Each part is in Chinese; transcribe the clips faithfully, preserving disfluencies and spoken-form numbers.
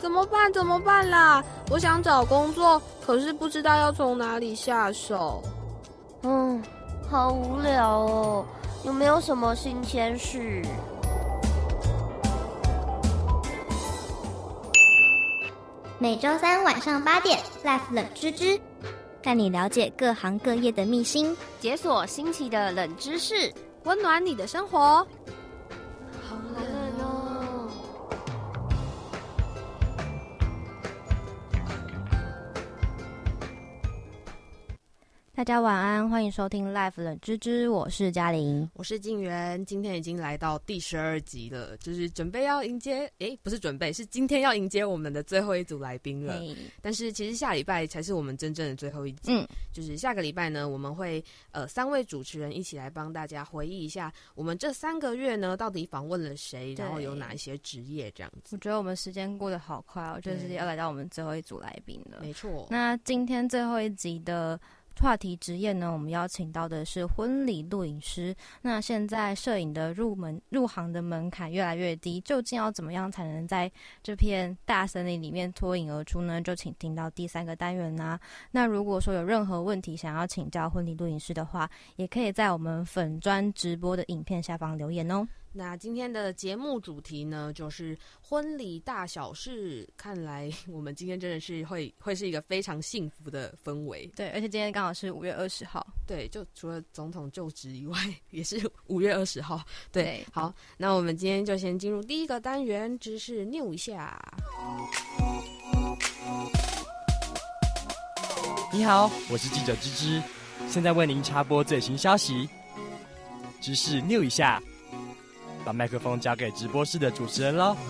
怎么办？怎么办啦？我想找工作，可是不知道要从哪里下手。 嗯，好无聊哦，有没有什么新鲜事？ 每周三晚上八点 ，Life 冷知知，带你了解各行各业的秘辛， 解锁新奇的冷知识， 温暖你的生活。 好冷哦！ 大家晚安，欢迎收听 Life 冷知知，我是嘉玲， 我是静媛。今天已经来到第十二集了，就是准备要迎接，诶，不是准备，是今天要迎接我们的最后一组来宾了。但是其实下礼拜才是我们真正的最后一集，嗯，就是下个礼拜呢，我们会呃三位主持人一起来帮大家回忆一下，我们这三个月呢到底访问了谁，然后有哪一些职业这样子。 我觉得我们时间过得好快哦，就是要来到我们最后一组来宾了。 没错。 那今天最后一集的话题职业呢，我们邀请到的是婚礼录影师。那现在摄影的入门入行的门槛越来越低，究竟要怎么样才能在这片大森林里面脱颖而出呢？就请听到第三个单元啦、啊。那如果说有任何问题想要请教婚礼录影师的话，也可以在我们粉专直播的影片下方留言哦。 那今天的节目主题呢，就是婚礼大小事。看来我们今天真的是会会是一个非常幸福的氛围。 对，而且今天刚好是五月二十号。 对，就除了总统就职以外，也是五月二十号。对，对好，那我们今天就先进入第一个单元，知识 new 一下。 你好，我是记者芝芝，现在为您插播最新消息。知识 new 一下。把麦克风交给直播室的主持人咯。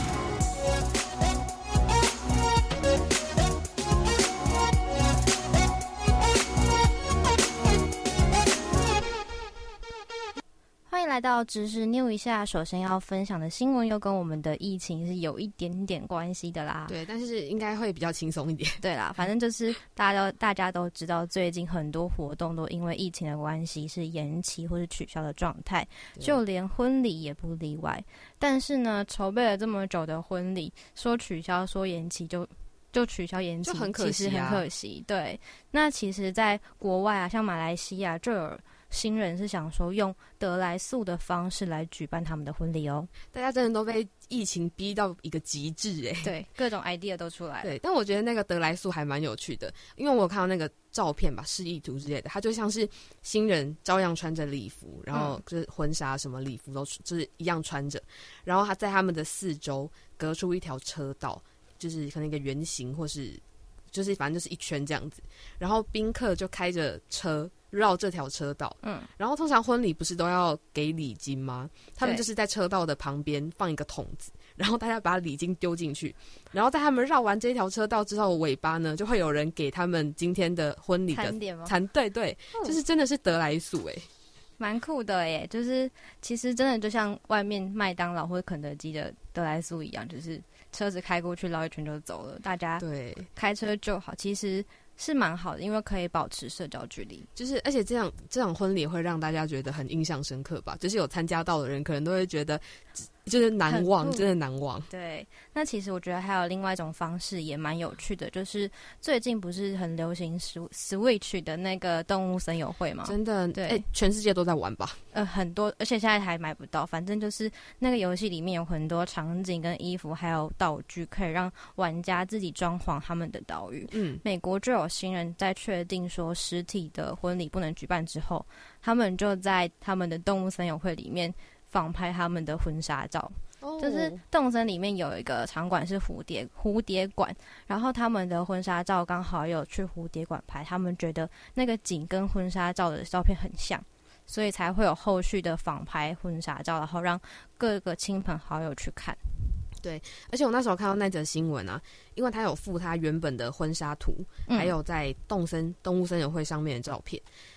欢迎来到知识 new 一下。首先要分享的新闻又跟我们的疫情是有一点点关系的啦。 对，但是应该会比较轻松一点。 对啦，反正就是大家都大家都知道，最近很多活动都因为疫情的关系是延期或是取消的状态，就连婚礼也不例外。但是呢，筹备了这么久的婚礼，说取消说延期就就取消延期， 就很可惜啊， 其实很可惜。对，那其实在国外啊，像马来西亚就有新人是想说用得来速的方式来举办他们的婚礼哦。 大家真的都被疫情逼到一个极致哎， 对，各种 idea 都出来了。 对，但我觉得那个得来速还蛮有趣的，因为我有看到那个照片吧，示意图之类的，它就像是新人照样穿着礼服，然后就是婚纱什么礼服都就是一样穿着，然后他在他们的四周隔出一条车道，就是可能一个圆形或是就是反正就是一圈这样子，然后宾客就开着车绕这条车道，嗯，然后通常婚礼不是都要给礼金吗？他们就是在车道的旁边放一个桶子，然后大家把礼金丢进去，然后在他们绕完这条车道之后，尾巴呢就会有人给他们今天的婚礼的餐点吗？ 餐，对对，嗯、就是真的是得来速哎， 蛮酷的耶！就是其实真的就像外面麦当劳或者肯德基的得来速一样，就是车子开过去绕一圈就走了，大家对开车就好。其实是蛮好的，因为可以保持社交距离。 就是而且这样这场婚礼会让大家觉得很印象深刻吧？就是有参加到的人可能都会觉得就是难忘，真的难忘。 对，那其实我觉得还有另外一种方式也蛮有趣的，就是最近不是很流行 Switch 的那个动物森友会吗？ 真的， 对、 欸，全世界都在玩吧？ 呃，很多，而且现在还买不到。反正就是那个游戏里面有很多场景跟衣服，还有道具，可以让玩家自己装潢他们的岛屿。嗯，美国就有新人在确定说实体的婚礼不能举办之后，他们就在他们的动物森友会里面仿拍他们的婚纱照。Oh. 就是动森里面有一个场馆是蝴蝶蝴蝶馆，然后他们的婚纱照刚好有去蝴蝶馆拍，他们觉得那个景跟婚纱照的照片很像，所以才会有后续的仿拍婚纱照，然后让各个亲朋好友去看。 对，而且我那时候看到那则新闻啊，因为他有附他原本的婚纱图，嗯、还有在动森动物森友会上面的照片。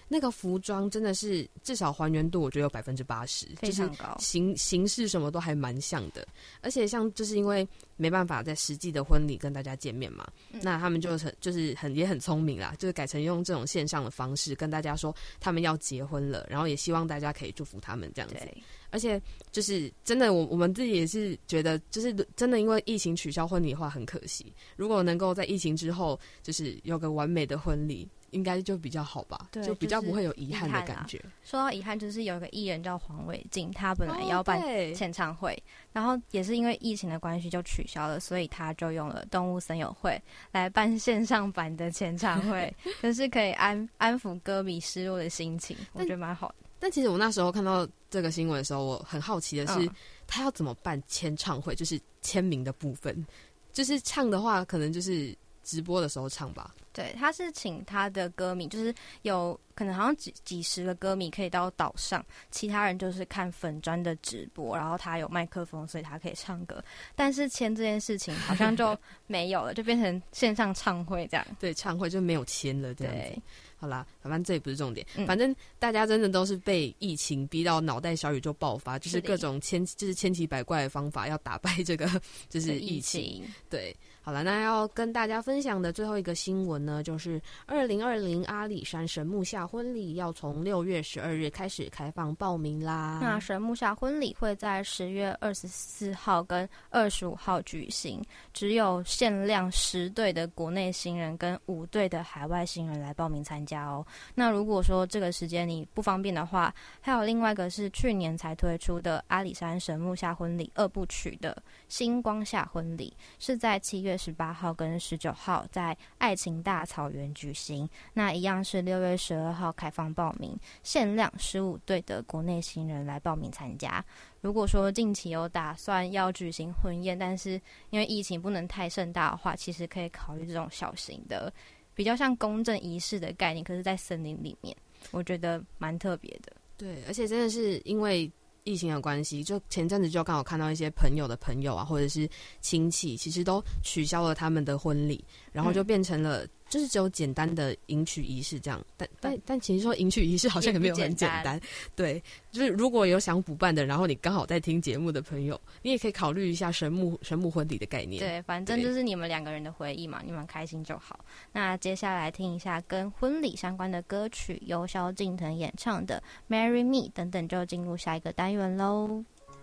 那个服装真的是至少还原度，我觉得有百分之八十， 非常高， 就是形形式什么都还蛮像的。而且像就是因为没办法在实际的婚礼跟大家见面嘛，嗯、那他们就很就是很也很聪明啦，就是改成用这种线上的方式跟大家说他们要结婚了，然后也希望大家可以祝福他们这样子。而且就是真的，我我们自己也是觉得，就是真的因为疫情取消婚礼的话很可惜。如果能够在疫情之后，就是有个完美的婚礼，应该就比较好吧， 对， 就比较不会有遗憾的感觉。 就是、说到遗憾，就是有一个艺人叫黄伟晋，他本来要办签唱会，哦、然后也是因为疫情的关系就取消了，所以他就用了动物森友会来办线上版的签唱会，就是可以安安抚歌迷失落的心情，我觉得蛮好的。 但其实我那时候看到这个新闻的时候，我很好奇的是，嗯、他要怎么办签唱会，就是签名的部分，就是唱的话，可能就是直播的时候唱吧。 对，他是请他的歌迷，就是有可能好像几几十个歌迷可以到岛上，其他人就是看粉专的直播，然后他有麦克风，所以他可以唱歌。但是签这件事情好像就没有了，就变成线上唱会这样。 对，唱会就没有签了这样子。 对， 好啦，反正这也不是重点， 嗯、 反正大家真的都是被疫情逼到脑袋小宇宙爆发，就是各种千就是千奇百怪的方法要打败这个就是疫情。 疫情对，好了，那要跟大家分享的最后一个新闻呢，就是二零二零阿里山神木下婚礼要从六月十二日开始开放报名啦。 那神木下婚礼会在十月二十四号跟二十五号举行，只有限量十对的国内新人跟五对的海外新人来报名参加哦。那如果说这个时间你不方便的话，还有另外一个是去年才推出的阿里山神木下婚礼二部曲的星光下婚礼，是在七月十八号跟十九号在爱情大草原举行。那一样是六月十二号开放报名，限量十五对的国内新人来报名参加。如果说近期有打算要举行婚宴，但是因为疫情不能太盛大的话，其实可以考虑这种小型的比较像公证仪式的概念，可是在森林里面，我觉得蛮特别的。 对，而且真的是因为疫情的关系，就前阵子就刚好看到一些朋友的朋友啊，或者是亲戚，其实都取消了他们的婚礼，然后就变成了、嗯、就是只有简单的迎娶仪式这样。但但但其实说迎娶仪式好像也没有很简单，简单对，就是如果有想补办的，然后你刚好在听节目的朋友，你也可以考虑一下神木神木婚礼的概念。 对，反正就是你们两个人的回忆嘛，你们开心就好。那接下来听一下跟婚礼相关的歌曲，由萧敬腾演唱的《Marry Me》等等，就进入下一个单元喽。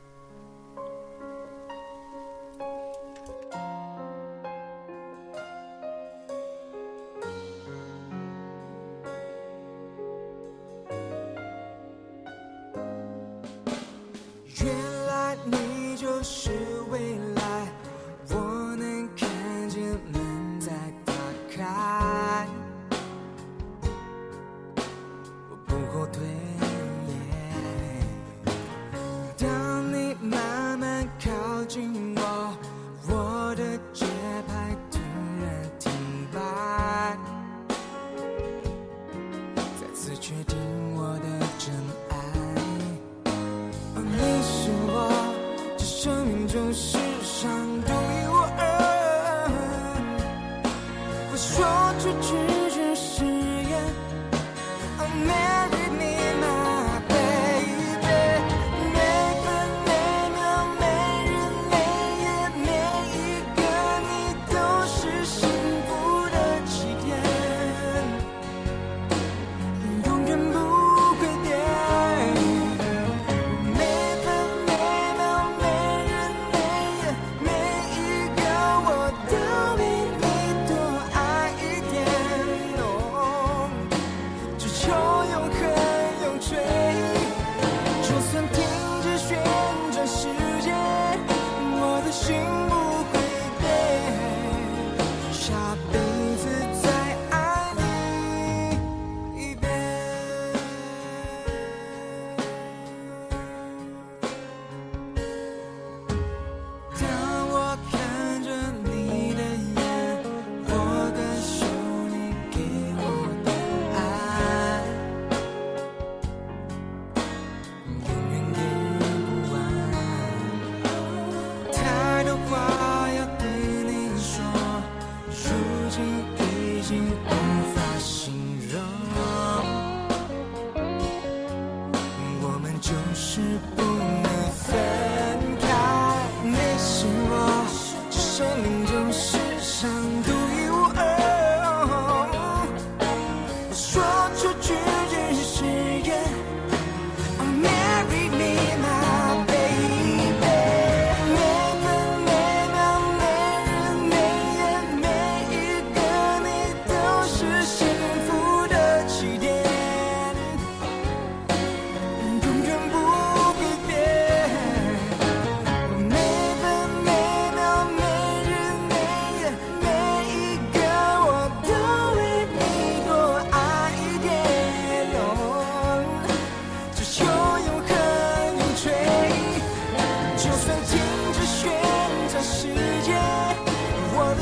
原来你就是未来，我能看见门在打开，我不后退、yeah、当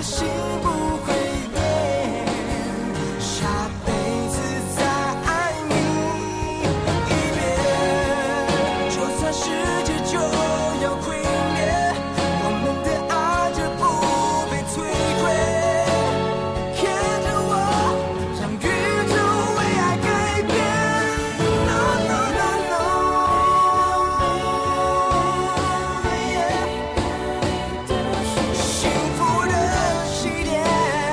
的心不会变，下辈子再爱你一遍。就算世界就要毁灭，我们的爱就不被摧毁。看着我，让宇宙为爱改变。No no no no， yeah， 幸福的起点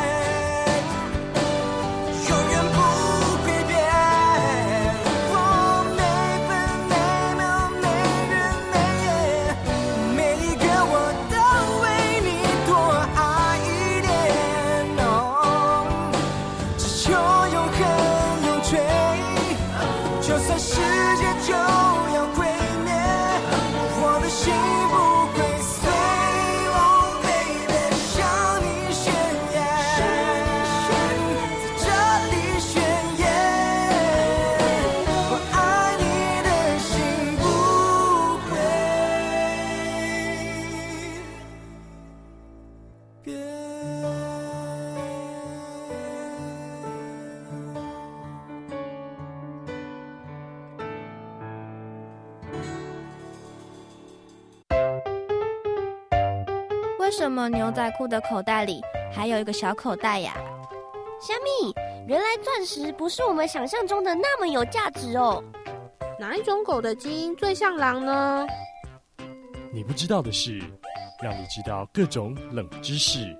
永远不会变。我每分每秒每日每夜，每一个我都为你多爱一点。哦，只求永恒永垂，就算世界就要毁灭，我的心不会碎。Oh baby， 向你宣言，在这里宣言，我爱你的心不会变。 为什么牛仔裤的口袋里还有一个小口袋呀？ 虾米，原来钻石不是我们想象中的那么有价值哦。 哪一种狗的基因最像狼呢？ 你不知道的事，让你知道各种冷知识。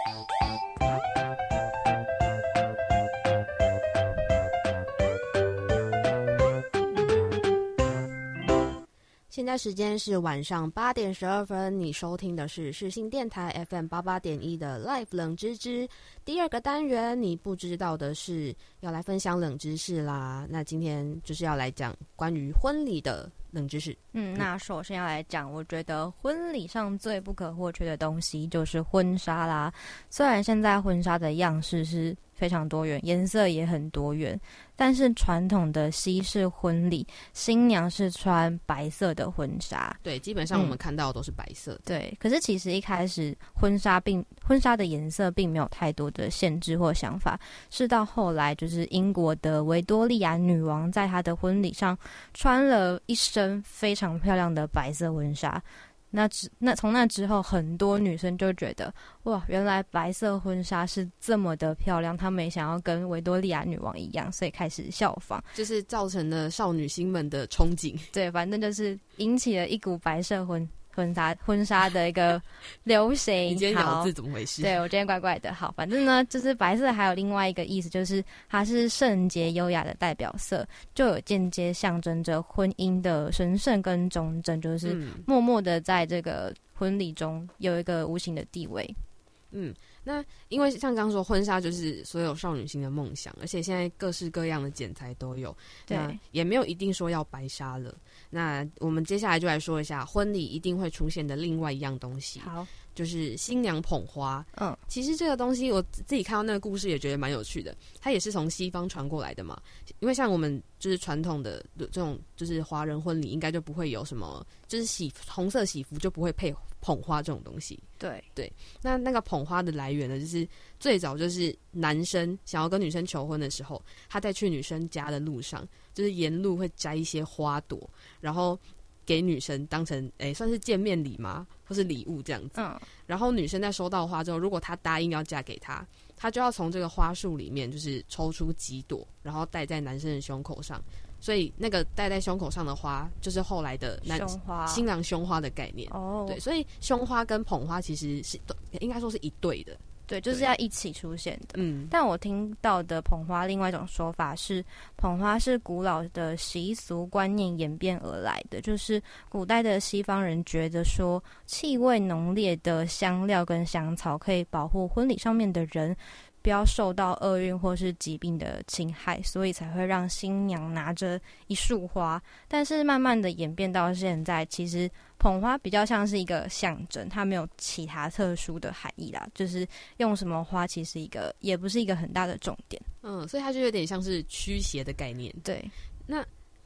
现在时间是晚上八点十二分，你收听的是世新电台 F M 八八点一的 Live 冷知知第二个单元。你不知道的是，要来分享冷知识啦。那今天就是要来讲关于婚礼的冷知识。 嗯，那首先要来讲，我觉得婚礼上最不可或缺的东西就是婚纱啦。虽然现在婚纱的样式是非常多元，颜色也很多元，但是传统的西式婚礼，新娘是穿白色的婚纱。 对，基本上我们看到的都是白色的、 嗯、对，可是其实一开始婚纱并婚纱的颜色并没有太多的限制或想法，是到后来就是英国的维多利亚女王在她的婚礼上穿了一身非常漂亮的白色婚纱。那之那从那之后，很多女生就觉得哇，原来白色婚纱是这么的漂亮，她们也想要跟维多利亚女王一样，所以开始效仿， 就是造成了少女心们的憧憬。 对，反正就是引起了一股白色婚婚纱婚纱的一个流行。 你今天咬字怎么回事？ 对，我今天怪怪的。好，反正呢，就是白色还有另外一个意思，就是它是圣洁优雅的代表色，就有间接象征着婚姻的神圣跟忠贞，就是默默的在这个婚礼中有一个无形的地位。 嗯，那因为像刚刚说，婚纱就是所有少女心的梦想，而且现在各式各样的剪裁都有， 对， 也没有一定说要白纱了。那我们接下来就来说一下婚礼一定会出现的另外一样东西， 好， 就是新娘捧花。 嗯， 其实这个东西我自己看到那个故事也觉得蛮有趣的，它也是从西方传过来的嘛。因为像我们就是传统的这种就是华人婚礼，应该就不会有什么，就是喜红色喜服就不会配捧花这种东西。 对对，那那个捧花的来源呢，就是最早就是男生想要跟女生求婚的时候，他在去女生家的路上，就是沿路会摘一些花朵，然后给女生当成诶、欸、算是见面礼嘛，或是礼物这样子。 嗯， 然后女生在收到花之后，如果她答应要嫁给他，她就要从这个花束里面就是抽出几朵，然后戴在男生的胸口上。所以那个戴在胸口上的花，就是后来的男胸花新郎胸花的概念。 哦， 对，所以胸花跟捧花其实是应该说是一对的。 对，就是要一起出现的。 嗯， 但我听到的捧花，另外一种说法是，捧花是古老的习俗观念演变而来的，就是古代的西方人觉得说，气味浓烈的香料跟香草可以保护婚礼上面的人不要受到厄运或是疾病的侵害，所以才会让新娘拿着一束花。但是慢慢的演变到现在，其实捧花比较像是一个象征，它没有其他特殊的含义啦，就是用什么花其实一个也不是一个很大的重点。 嗯，所以它就有点像是驱邪的概念。 对， 那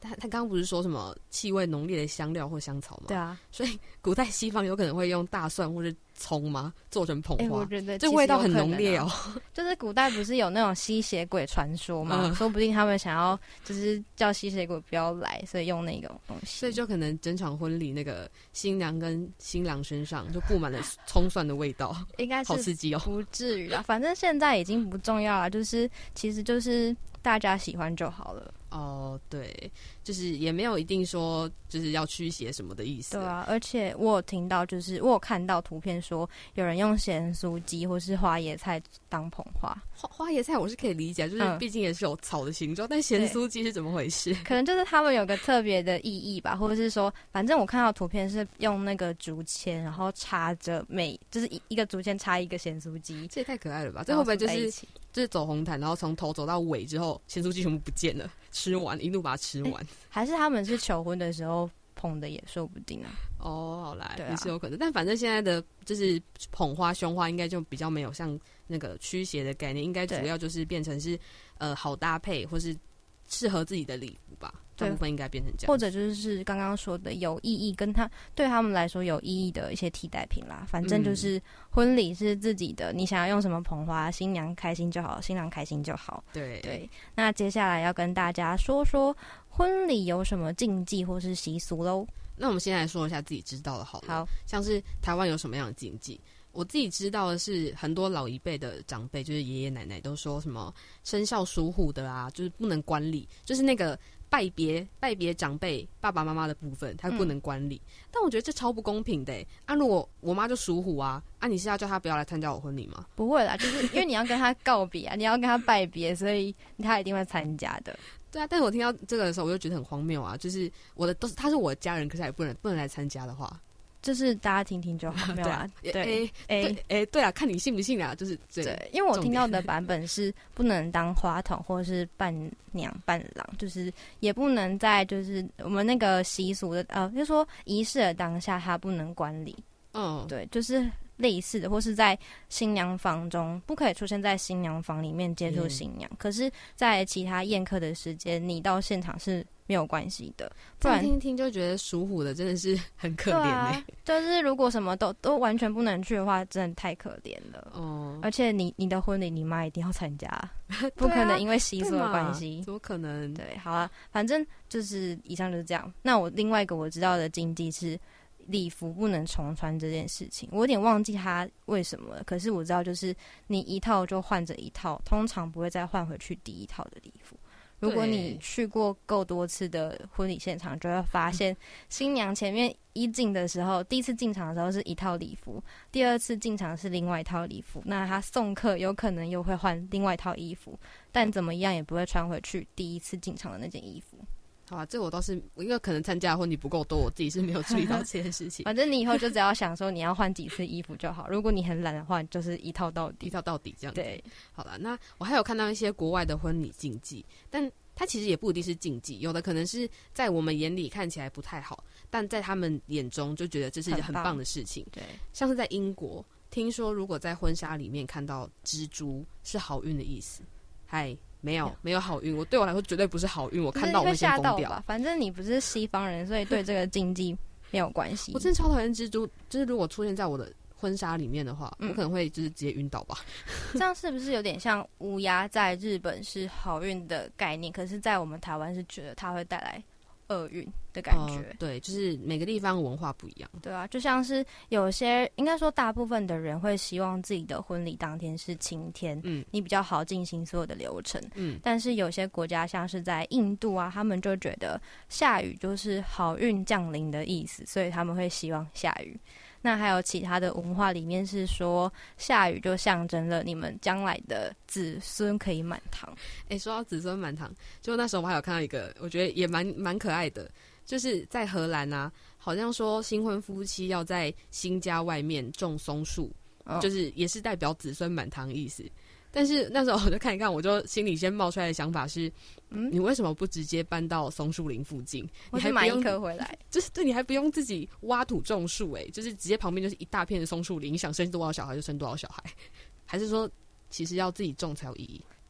他他刚刚不是说什么气味浓烈的香料或香草吗？ 对啊， 所以古代西方有可能会用大蒜或者葱吗？做成捧花？ 欸、我觉得这味道很浓烈哦。 就是古代不是有那种吸血鬼传说吗？嗯、说不定他们想要就是叫吸血鬼不要来，所以用那种东西。 所以就可能整场婚礼那个新娘跟新郎身上就布满了葱蒜的味道， 应该是好刺激哦。 不至于啦，反正现在已经不重要了，就是其实就是大家喜欢就好了。 哦，对，就是也没有一定说就是要驱邪什么的意思。 对啊，而且我有听到，就是我有看到图片说有人用咸酥鸡或是花椰菜当捧花。 花花椰菜我是可以理解，就是毕竟也是有草的形状，嗯、但咸酥鸡是怎么回事？ 可能就是他们有个特别的意义吧，或者是说，反正我看到图片是用那个竹签，然后插着每就是一一个竹签插一个咸酥鸡， 这也太可爱了吧！这会不会就是就是走红毯，然后从头走到尾之后，咸酥鸡全部不见了？吃完一路把它吃完、欸， 还是他们是求婚的时候捧的也说不定啊。 哦，好啦， 对啊， 也是有可能。但反正现在的就是捧花、胸花，应该就比较没有像那个驱邪的概念，应该主要就是变成是呃好搭配，或是适合自己的礼服吧。大部分应该变成这样， 或者就是刚刚说的有意义，跟他对他们来说有意义的一些替代品啦。反正就是婚礼是自己的，你想要用什么捧花，新娘开心就好，新郎开心就好。 对对。那接下来要跟大家说说婚礼有什么禁忌或是习俗喽。 那我们先来说一下自己知道的好了。 好， 像是台湾有什么样的禁忌？我自己知道的是，很多老一辈的长辈，就是爷爷奶奶都说什么生肖属虎的啊，就是不能观礼，就是那个拜别拜别长辈爸爸妈妈的部分，他不能观礼、嗯。但我觉得这超不公平的、欸。啊，如果我妈就属虎啊，啊，你是要叫她不要来参加我婚礼吗？ 不会啦，就是因为你要跟她告别啊，你要跟她拜别，所以她一定会参加的。 对啊，但是我听到这个的时候，我就觉得很荒谬啊！就是我的都是他是我的家人，可是还不能不能来参加的话。 就是大家听听就好，没有啊？对， 哎哎哎，对啊，看你信不信啊，就是对，因为我听到的版本是不能当花童或者是伴娘伴郎，就是也不能在就是我们那个习俗的呃，就是说仪式的当下，他不能观礼。嗯，对，就是类似的，或是在新娘房中不可以出现在新娘房里面接触新娘，嗯、可是，在其他宴客的时间，你到现场是没有关系的。不然听听就觉得属虎的真的是很可怜哎、欸啊。 就是如果什么都都完全不能去的话，真的太可怜了。哦，而且你你的婚礼，你妈一定要参加，不可能因为习俗的关系、 啊，怎么可能？ 对，好啊，反正就是以上就是这样。那我另外一个我知道的禁忌是。礼服不能重穿这件事情，我有点忘记它为什么了。可是我知道，就是你一套就换着一套，通常不会再换回去第一套的礼服。如果你去过够多次的婚礼现场，就会发现新娘前面一进的时候，第一次进场的时候是一套礼服，第二次进场是另外一套礼服。那她送客有可能又会换另外一套衣服，但怎么样也不会穿回去第一次进场的那件衣服。 好啊，这我倒是因为可能参加的婚礼不够多，我自己是没有注意到这件事情。 反正你以后就只要想说你要换几次衣服就好，如果你很懒的话，就是一套到底， 一套到底这样子。 对， 好了，那我还有看到一些国外的婚礼禁忌，但它其实也不一定是禁忌，有的可能是在我们眼里看起来不太好，但在他们眼中就觉得这是一件很棒的事情。 对， 像是在英国，听说如果在婚纱里面看到蜘蛛是好运的意思。嗨。没有，没有好运。我对我来说绝对不是好运。我看到我会先疯掉。 反正你不是西方人，所以对这个禁忌没有关系。 我真的超讨厌蜘蛛，就是如果出现在我的婚纱里面的话，嗯、我可能会就是直接晕倒吧。 这样是不是有点像乌鸦在日本是好运的概念，可是在我们台湾是觉得它会带来厄运的感觉、呃？ 对，就是每个地方文化不一样。 对啊，就像是有些应该说大部分的人会希望自己的婚礼当天是晴天，嗯，你比较好进行所有的流程，嗯。但是有些国家像是在印度啊，他们就觉得下雨就是好运降临的意思，所以他们会希望下雨。那还有其他的文化里面是说，下雨就象征了你们将来的子孙可以满堂。 哎、欸，说到子孙满堂，就那时候我还有看到一个，我觉得也蛮蛮可爱的，就是在荷兰啊，好像说新婚夫妻要在新家外面种松树，哦、就是也是代表子孙满堂的意思。但是那时候我就看一看，我就心里先冒出来的想法是，嗯，你为什么不直接搬到松树林附近？ 你还买一棵回来， 就是对，你还不用自己挖土种树，哎，就是直接旁边就是一大片的松树林，你想生多少小孩就生多少小孩，还是说其实要自己种才有意义？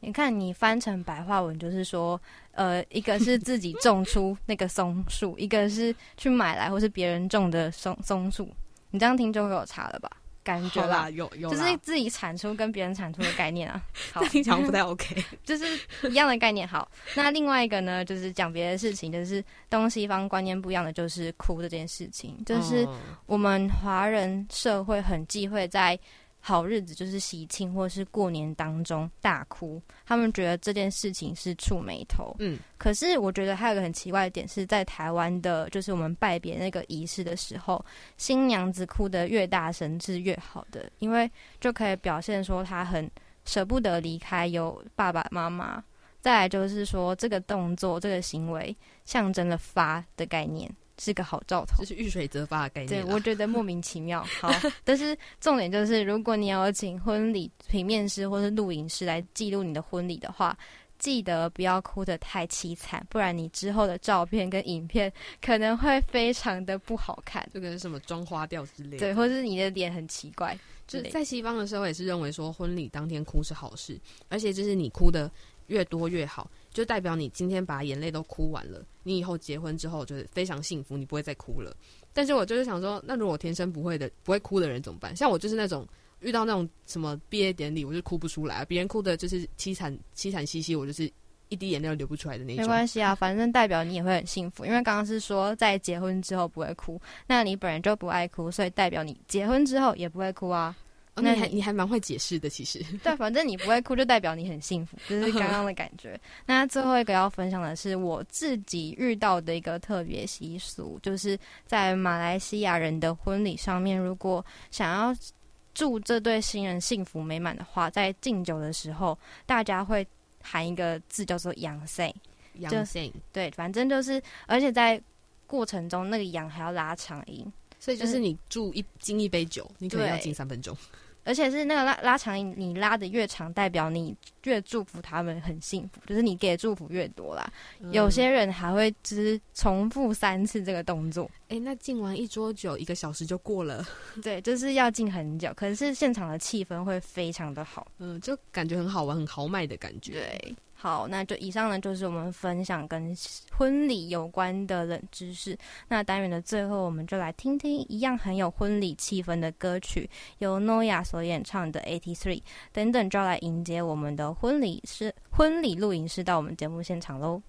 你看，你翻成白话文就是说，呃，一个是自己种出那个松树，一个是去买来或是别人种的松松树。你这样听就会有差了吧？感觉啦， 有有就是自己产出跟别人产出的概念啊。好， 听起来不太 OK， 就是一样的概念。好，那另外一个呢，就是讲别的事情，就是东西方观念不一样的，就是哭这件事情，就是我们华人社会很忌讳在好日子，就是喜庆或是过年当中大哭，他们觉得这件事情是触霉头。嗯，可是我觉得还有一个很奇怪的点是，在台湾的，就是我们拜别那个仪式的时候，新娘子哭得越大声是越好的，因为就可以表现说她很舍不得离开有爸爸妈妈。再来就是说，这个动作、这个行为象征了发的概念。是个好兆头， 就是遇水则发的概念。 对，我觉得莫名其妙。好，但是重点就是，如果你要请婚礼平面师或是录影师来记录你的婚礼的话，记得不要哭得太凄惨，不然你之后的照片跟影片可能会非常的不好看， 这个什么妆花掉之类的， 对，或是你的脸很奇怪。 就在西方的社会也是认为说，婚礼当天哭是好事，而且就是你哭的越多越好，就代表你今天把眼泪都哭完了，你以后结婚之后就是非常幸福，你不会再哭了。但是我就是想说，那如果天生不会的不会哭的人怎么办？像我就是那种遇到那种什么毕业典礼，我就哭不出来，别人哭的就是凄惨凄惨兮兮，我就是一滴眼泪都流不出来的那种。 没关系啊，反正代表你也会很幸福，因为刚刚是说在结婚之后不会哭，那你本人就不爱哭，所以代表你结婚之后也不会哭啊。 哦、那你还你还蛮会解释的，其实。 对，反正你不会哭，就代表你很幸福，就是刚刚的感觉。那最后一个要分享的是我自己遇到的一个特别习俗，就是在马来西亚人的婚礼上面，如果想要祝这对新人幸福美满的话，在敬酒的时候，大家会喊一个字叫做羊say， 羊 say， 对，反正就是，而且在过程中那个羊还要拉长音。 所以就是你祝一敬一杯酒，你可能要敬三分钟， 而且是那个拉拉长音，你拉的越长，代表你越祝福他们很幸福，就是你给的祝福越多啦。嗯、有些人还会就是重复三次这个动作。 哎、欸，那敬完一桌酒，一个小时就过了。 对，就是要敬很久，可是现场的气氛会非常的好， 嗯，就感觉很好玩，很豪迈的感觉。 对。好，那就以上呢就是我们分享跟婚礼有关的冷知识。那单元的最后，我们就来听听一样很有婚礼气氛的歌曲，由 Noya 所演唱的八十三。等等就要来迎接我们的婚礼师婚礼录影师到我们节目现场喽。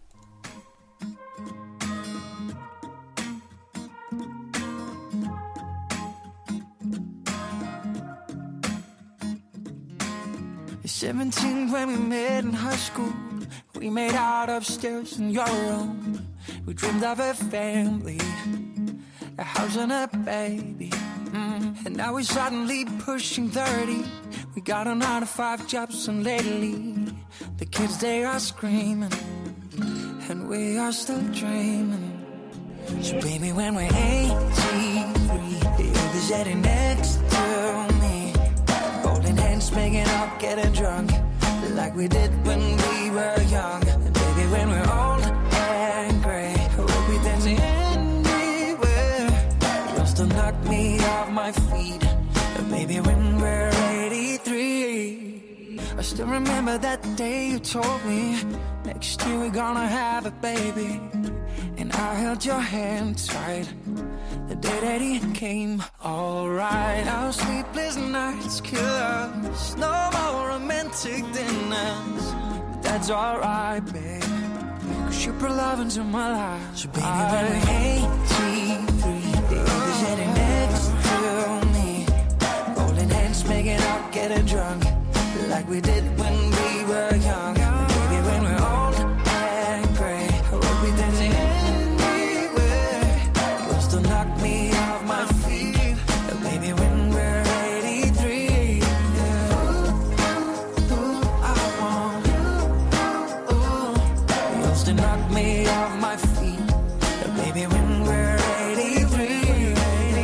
seventeen when we met in high school. We made out upstairs in your room. We dreamed of a family, a house and a baby. Mm. And now we're suddenly pushing thirty. We got a nine to five jobs and lately the kids, they are screaming and we are still dreaming. So baby, when we're eighty-three, you'll be sitting next to me, holding hands, making up, getting drunk like we did when we were young. And baby, when we're old and grey, we'll be dancing anywhere. You'll still knock me off my feet. And baby, when we're eighty-three, I still remember that day you told me next year we're gonna have a baby. And I held your hand tight the day that it came. Alright, our sleepless nights kill us, no more romantic dinners, but that's alright, babe, cause you brought love into my life. So baby, when we're eighty-three, you'll be sitting next to me, holding hands, making out, getting drunk like we did when we were young. And baby, when we're old and grey, we'll be dancing anywhere. You'll still knock me off my feet. And baby, when we're eighty-three, yeah. Ooh, ooh, I want you. Ooh, you'll still knock me off my feet. And baby, when we're eighty-three,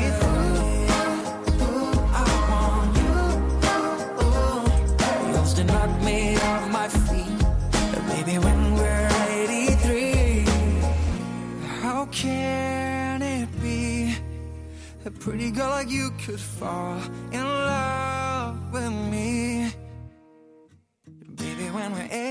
ooh, I want you. Ooh, you'll still knock me off my feet. And baby, when we're eighty-three, how can it be a pretty girl like you could fall in love with me? Baby, when we're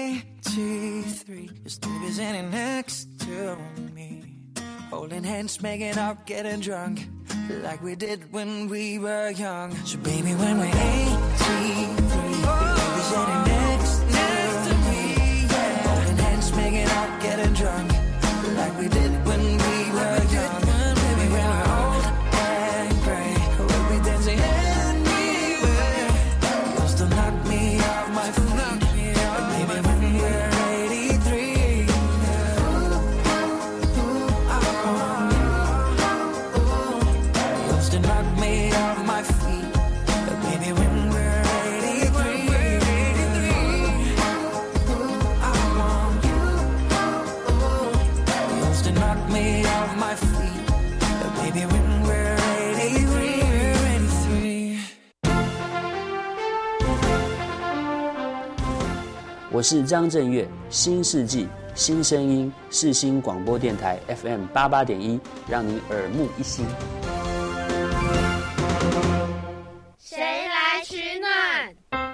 three. You're still be sitting next to me, holding hands, making out, getting drunk, like we did when we were young. So baby, when we're eighty-three, you'll be sitting next to me, yeah, holding hands, making out, getting drunk, like we did when we were young. Baby, when we're old and gray, we'll be dancing anywhere. You'll still knock me off my feet. Baby, when we're eighty-three, you'll still knock me off my feet. Baby, when we're eighty-three, I want you. You'll still knock me off my feet. Baby, when we're eighty-three, eighty-three. 我是张震岳，新世纪新声音，世新广播电台 F M 八八点一，让你耳目一新。 谁来取暖？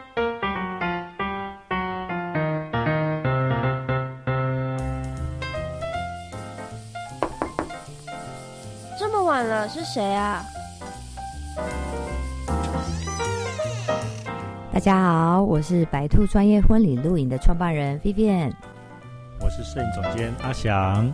这么晚了，是谁啊？ 大家好，我是白兔专业婚礼录影的创办人 Vivian， 我是摄影总监阿翔。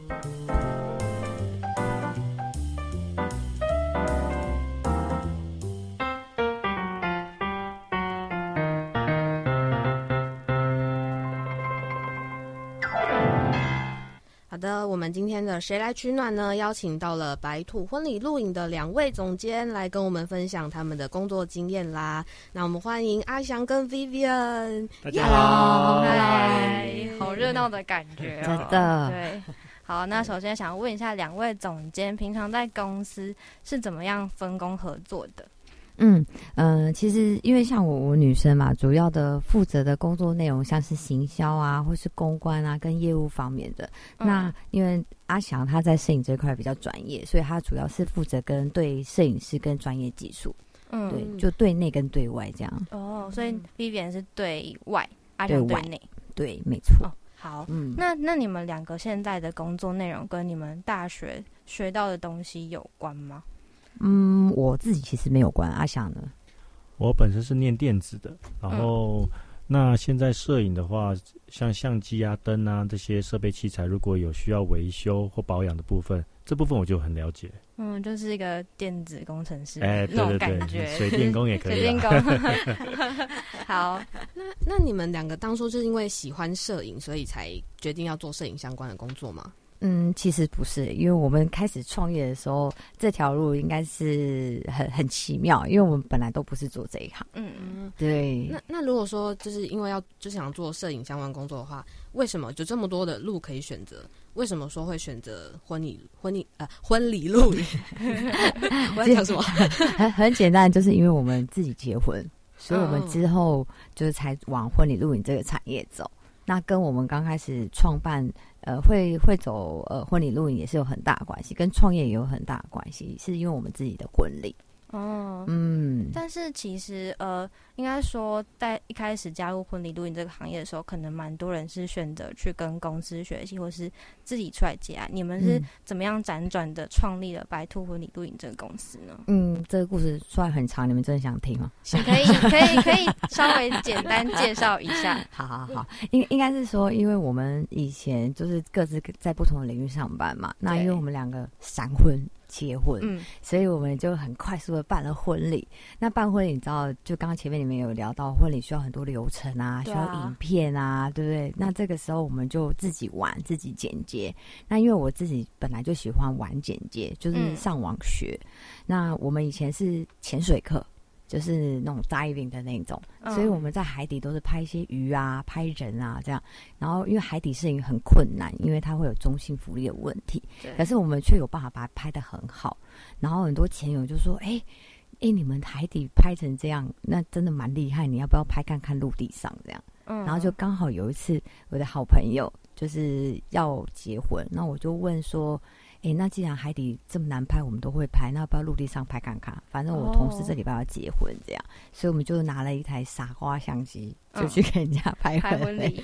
好的，我们今天的谁来取暖呢？邀请到了白兔婚礼录影的两位总监来跟我们分享他们的工作经验啦。那我们欢迎阿翔跟 Vivian。 大家好， 嗨，好热闹的感觉哦， 真的。 对，好，那首先想问一下两位总监，平常在公司是怎么样分工合作的？ 嗯呃，其实因为像我我女生嘛，主要的负责的工作内容像是行销啊，或是公关啊，跟业务方面的。嗯、那因为阿翔他在摄影这块比较专业，所以他主要是负责跟对摄影师跟专业技术，嗯，对，就对内跟对外这样。 哦，所以 Vivian 是对外，阿翔对内， 对，没错。 哦好，嗯，那那你们两个现在的工作内容跟你们大学学到的东西有关吗？ 嗯，我自己其实没有关，阿翔呢？ 我本身是念电子的，然后、嗯、那现在摄影的话，像相机啊、灯啊这些设备器材，如果有需要维修或保养的部分，这部分我就很了解。 嗯，就是一个电子工程师， 哎、欸， 那种对对对， 感觉， 水电工也可以。 水电工。好， 那那你们两个当初是因为喜欢摄影，所以才决定要做摄影相关的工作吗？ 嗯，其实不是，因为我们开始创业的时候，这条路应该是很很奇妙，因为我们本来都不是做这一行。嗯嗯，对。 那那如果说就是因为要就是想做摄影相关工作的话，为什么就这么多的路可以选择？为什么说会选择婚礼婚礼呃婚礼录影？我在讲什么？ 很很简单，就是因为我们自己结婚，所以我们之后就是才往婚礼录影这个产业走。那跟我们刚开始创办，呃，会会走呃婚礼录影也是有很大的关系，跟创业也有很大的关系，是因为我们自己的婚礼。 哦，嗯，但是其实呃，应该说在一开始加入婚礼录影这个行业的时候，可能蛮多人是选择去跟公司学习，或是自己出来接案。你们是怎么样辗转的创立了白兔婚礼录影这个公司呢？ 嗯，这个故事说来很长，你们真的想听吗？ 可以，可以，可以稍微简单介绍一下。 好好好，应应该是说，因为我们以前就是各自在不同的领域上班嘛，那因为我们两个闪婚。结婚，嗯，所以我们就很快速的办了婚礼。那办婚礼，你知道，就刚刚前面你们有聊到，婚礼需要很多流程啊，需要影片啊，对不对？那这个时候我们就自己玩，自己剪接。那因为我自己本来就喜欢玩剪接，就是上网学。嗯、那我们以前是潜水课。就是那种 diving 的那种，嗯、所以我们在海底都是拍一些鱼啊、拍人啊这样。然后因为海底摄影很困难，因为它会有中性浮力的问题，可是我们却有办法把它拍得很好。然后很多前友就说：“哎、欸，哎、欸，你们海底拍成这样，那真的蛮厉害，你要不要拍看看陆地上这样？”嗯、然后就刚好有一次，我的好朋友就是要结婚，那我就问说。哎，那既然海底这么难拍，我们都会拍，那要不要陆地上拍看看？反正我同事这礼拜要结婚，这样，哦、所以我们就拿了一台傻瓜相机，就去给人家拍婚礼。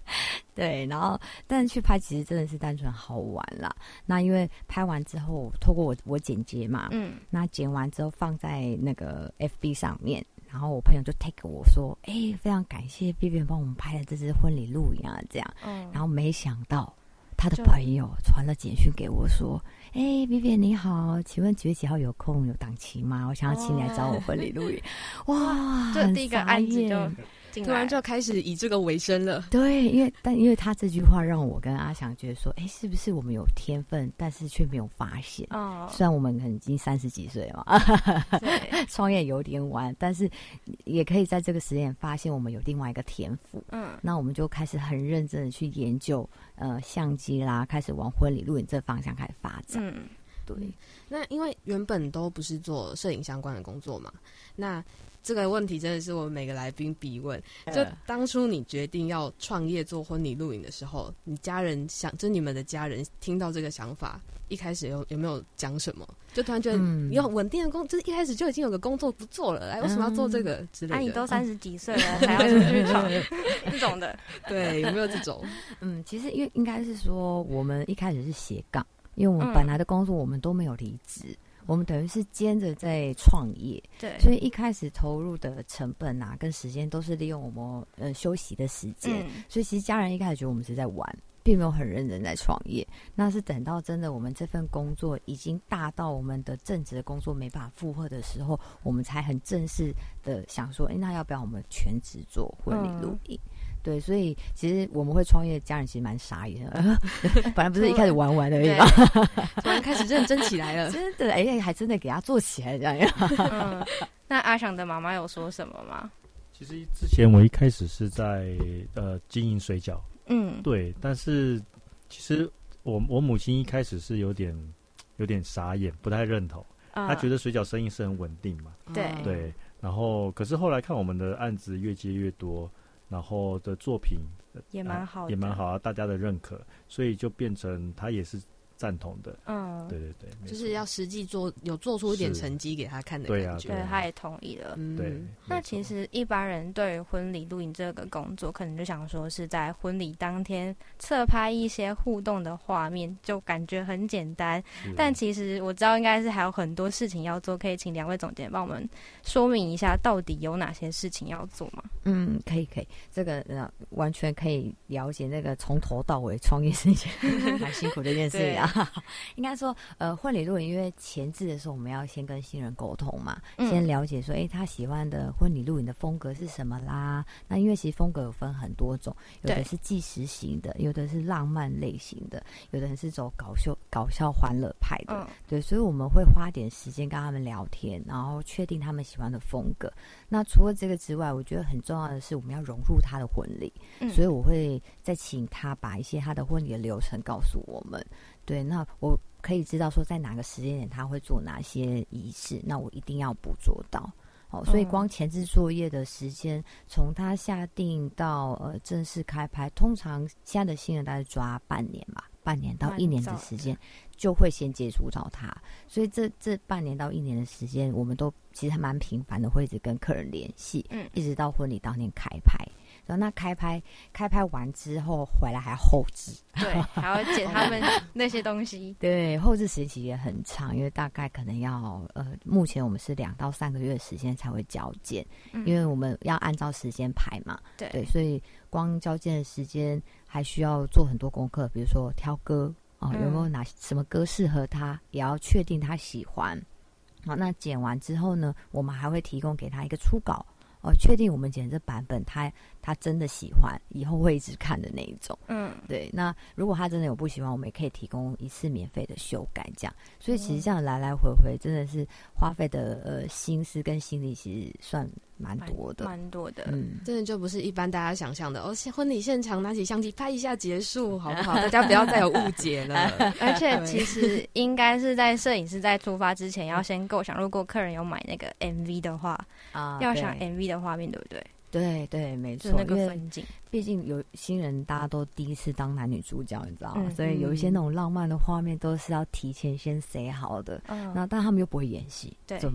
对，然后但是去拍其实真的是单纯好玩啦。那因为拍完之后，透过我我剪接嘛，嗯，那剪完之后放在那个 F B 上面，然后我朋友就 take 我说，哎、欸，非常感谢 Vivian 帮我们拍的这支婚礼录影啊，这样，嗯，然后没想到他的朋友传了简讯给我说，哎、欸、，Vivian 你好，请问几月几号有空有档期吗？我想要请你来找我婚礼录影。哇， 这第一个案子就。 突然就开始以这个为生了。 对，因为但因为他这句话让我跟阿翔觉得说，哎，是不是我们有天分，但是却没有发现？哦，虽然我们可能已经三十几岁嘛，创业有点晚，但是也可以在这个时间发现我们有另外一个天赋。嗯，那我们就开始很认真的去研究呃相机啦，开始往婚礼录影这方向开始发展。嗯，对。 那因为原本都不是做摄影相关的工作嘛，那这个问题真的是我们每个来宾必问。就当初你决定要创业做婚礼录影的时候，你家人想，就你们的家人听到这个想法，一开始有有没有讲什么？就突然觉得你有稳定的工，就是一开始就已经有个工作不做了，哎，为什么要做这个之类的？ 啊，你都三十几岁了，还要出去闯这种的？ 对，有没有这种？ 嗯，其实因为应该是说，我们一开始是斜杠，因为我们本来的工作我们都没有离职。嗯，我们等于是兼着在创业，对，所以一开始投入的成本啊跟时间都是利用我们呃休息的时间，嗯，所以其实家人一开始觉得我们是在玩，并没有很认真在创业。那是等到真的我们这份工作已经大到我们的正职的工作没办法负荷的时候，我们才很正式的想说，哎，那要不要我们全职做婚礼录影？嗯，对，所以其实我们会创业，家人其实蛮傻眼的。本来不是一开始玩玩而已嘛， 突然开始认真起来了， 真的，哎、欸，还真的给他做起来这样。 嗯，那阿翔的妈妈有说什么吗？ 其实之前我一开始是在呃经营水饺，嗯，对，但是其实我我母亲一开始是有点有点傻眼，不太认同，嗯，她觉得水饺生意是很稳定嘛，对对，然后可是后来看我们的案子越接越多。然后的作品也蛮好的， 啊，也蛮好啊，大家的认可，所以就变成他也是赞同的。嗯，对对对， 就是要实际做，有做出一点成绩给他看的感觉。 对啊，对，他也同意了。 嗯，对。 那其实一般人对于婚礼录影这个工作，可能就想说是在婚礼当天侧拍一些互动的画面，就感觉很简单。但其实我知道应该是还有很多事情要做，可以请两位总监帮我们说明一下，到底有哪些事情要做吗？ 嗯，可以可以，这个呃完全可以了解那个从头到尾创业是一件蛮辛苦的一件事情啊。应该说，呃，婚礼录影，因为前置的时候我们要先跟新人沟通嘛，嗯，先了解说，哎，他喜欢的婚礼录影的风格是什么啦？那因为其实风格有分很多种，有的是纪实型的，有的是浪漫类型的，有的人是走搞笑、搞笑欢乐派的，嗯，对，所以我们会花点时间跟他们聊天，然后确定他们喜欢的风格。那除了这个之外，我觉得很重要的是我们要融入他的婚礼，嗯，所以我会再请他把一些他的婚礼的流程告诉我们。对，那我可以知道说在哪个时间点他会做哪些仪式，那我一定要捕捉到。哦，所以光前置作业的时间，从他下定到呃正式开拍，通常现在的新人大概抓半年吧，半年到一年的时间就会先接触到他。所以这这半年到一年的时间，我们都其实还蛮频繁的，会一直跟客人联系，嗯，一直到婚礼当天开拍。然后那开拍开拍完之后回来还要后置， 对，还要剪他们那些东西。 对，后置时期也很长，因为大概可能要呃，目前我们是两到三个月的时间才会交件，嗯，因为我们要按照时间排嘛，对，对，所以光交件的时间还需要做很多功课，比如说挑歌哦，有没有哪什么歌适合他，也要确定他喜欢。好，那剪完之后呢，我们还会提供给他一个初稿。哦，确定我们剪这版本他他真的喜欢，以后会一直看的那一种。嗯，对。那如果他真的有不喜欢，我们也可以提供一次免费的修改，这样。所以其实这样来来回回，真的是花费的呃心思跟心力，其实算蛮多的， 蛮多的。 嗯，真的就不是一般大家想象的哦，婚礼现场拿起相机拍一下结束，好不好？大家不要再有误解了。 而且其实应该是在摄影师在出发之前，要先构想，如果客人有买那个 M V 的话，啊，要想 M V。的画面对不对？ 对对，没错， 那个分景， 毕竟有新人，大家都第一次当男女主角，你知道吗？嗯，所以有一些那种浪漫的画面都是要提前先 say 好的。嗯，那但他们又不会演戏，对，怎么办？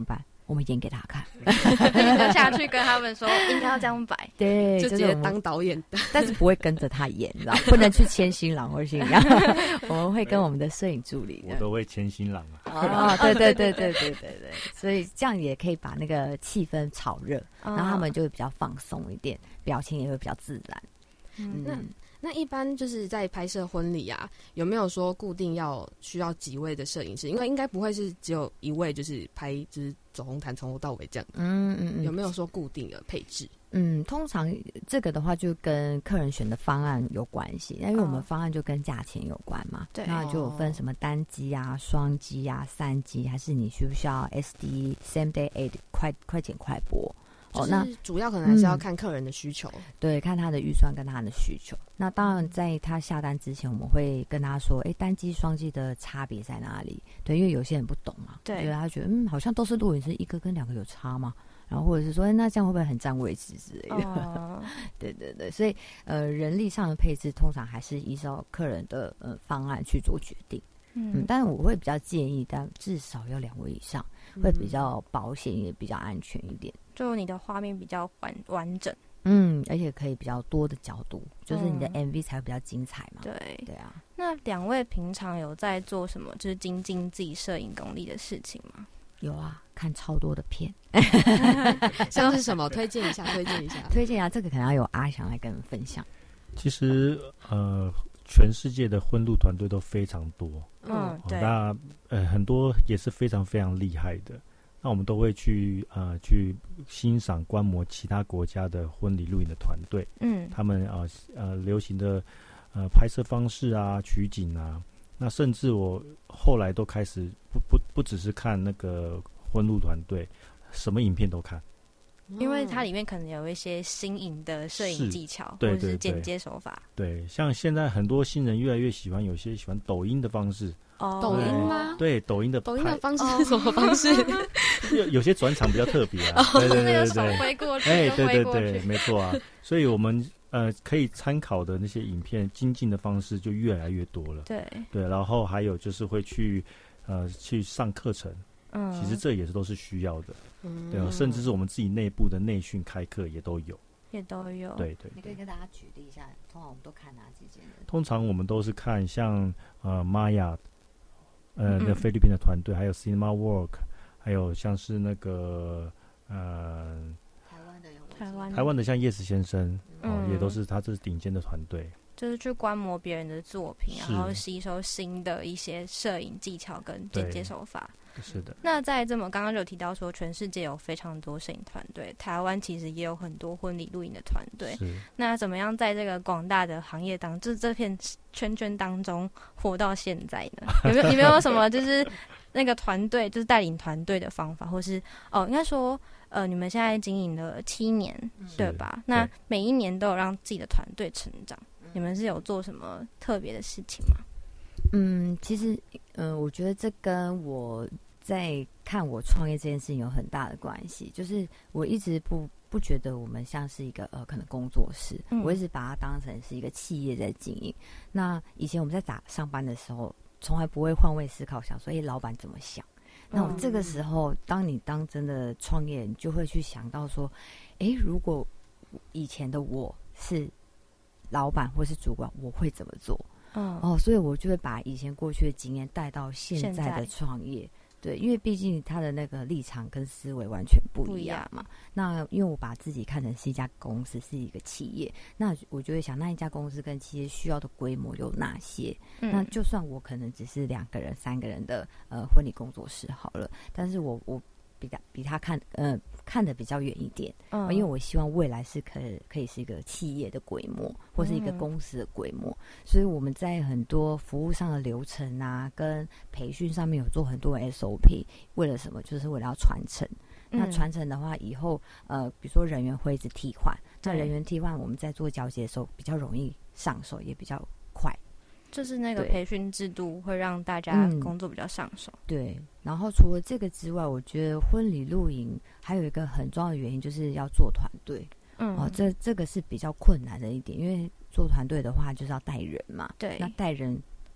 我们演给他看， 就下去跟他们说应该要这样摆， 对， 就直接当导演的， 但是不会跟着他演，你知道，不能去牵新郎或新娘，我们会跟我们的摄影助理， 我都会牵新郎啊。 哦，对对对对对对对，所以这样也可以把那个气氛炒热，然后他们就会比较放松一点，表情也会比较自然。 嗯，那那一般就是在拍摄婚礼啊，有没有说固定要需要几位的摄影师？因为应该不会是只有一位，就是拍就是走红毯从头到尾这样。 嗯嗯嗯， 有没有说固定的配置？ 嗯，通常这个的话就跟客人选的方案有关系，因为我们方案就跟价钱有关嘛。对、哦，那就有分什么单机啊、双机啊、三机，还是你需不需要 S D same day edit 快快剪快播？ 哦，那主要可能还是要看客人的需求， 嗯、对，看他的预算跟他的需求。那当然，在他下单之前，我们会跟他说，哎，单机、双机的差别在哪里？对，因为有些人不懂嘛，对，所以他觉得，嗯，好像都是录影师，一个跟两个有差嘛。然后或者是说，哎，那这样会不会很占位置之类的？哦、对对对，所以呃，人力上的配置通常还是依照客人的呃方案去做决定。嗯, 嗯，但是我会比较建议，但至少要两位以上，会比较保险，也比较安全一点。 就你的画面比较完完整， 嗯，而且可以比较多的角度，就是你的 M V 才会比较精彩嘛。 对对啊。 那两位平常有在做什么，就是精进自己摄影功力的事情吗？ 有啊，看超多的片， 像是什么？推荐一下，推荐一下， 推荐一下。这个可能要由阿翔来跟我们分享。 其实，呃。全世界的婚录团队都非常多， 嗯，对， 那呃很多也是非常非常厉害的。那我们都会去呃去欣赏观摩其他国家的婚礼录影的团队，嗯，他们啊 呃, 呃流行的呃拍摄方式啊、取景啊，那甚至我后来都开始不不不只是看那个婚录团队，什么影片都看。 因为它里面可能有一些新颖的摄影技巧，或者是剪接手法。 对，像现在很多新人越来越喜欢，有些喜欢抖音的方式。 哦，抖音吗？ 对，抖音的抖音的方式是什么方式？ 有有些转场比较特别啊，对对对对对， 挥过去， 哎，对对对，没错啊。所以我们呃可以参考的那些影片精进的方式就越来越多了。 对对，然后还有就是会去呃去上课程。嗯，其实这也是都是需要的，嗯，对，甚至是我们自己内部的内训开课也都有， 也都有， 对对。 你可以跟大家举例一下，通常我们都看哪几间的？ 通常我们都是看像呃 Maya， 呃，那菲律宾的团队，还有 Cinema Work， 还有像是那个呃台湾的有台湾台湾的像叶子先生，嗯、哦，也都是他这是顶尖的团队。 就是去观摩别人的作品，然后吸收新的一些摄影技巧跟剪接手法。 是的。 那在这么刚刚就有提到说，全世界有非常多摄影团队，台湾其实也有很多婚礼录影的团队。那怎么样在这个广大的行业当，就是这片圈圈当中活到现在呢？有没有有没有什么就是那个团队，就是带领团队的方法，或是哦，应该说呃，你们现在经营了七年，对吧？那每一年都有让自己的团队成长。你们是有做什么特别的事情吗？ 嗯，其实，嗯、呃，我觉得这跟我在看我创业这件事情有很大的关系。就是我一直不不觉得我们像是一个呃可能工作室，嗯、我一直把它当成是一个企业在经营。那以前我们在打上班的时候，从来不会换位思考，想说，哎，老板怎么想？那我这个时候，当你当真的创业，你就会去想到说，哎，如果以前的我是老板或是主管，我会怎么做？嗯，哦，所以我就会把以前过去的经验带到现在的创业。对，因为毕竟他的那个立场跟思维完全不一样嘛。那因为我把自己看成是一家公司，是一个企业，那我就会想，那一家公司跟企业需要的规模有哪些？嗯、那就算我可能只是两个人、三个人的呃婚礼工作室好了，但是我我比他比他看呃看得比较远一点，嗯，因为我希望未来是可以可以是一个企业的规模，或是一个公司的规模，嗯、所以我们在很多服务上的流程啊，跟培训上面有做很多 S O P， 为了什么？就是为了要传承。嗯、那传承的话，以后呃，比如说人员会一直替换，那人员替换，我们在做交接的时候比较容易上手，也比较快。 就是那个培训制度会让大家工作比较上手。 嗯、对，然后除了这个之外，我觉得婚礼录影还有一个很重要的原因，就是要做团队。嗯，哦，这这个是比较困难的一点，因为做团队的话就是要带人嘛。 对， 那带人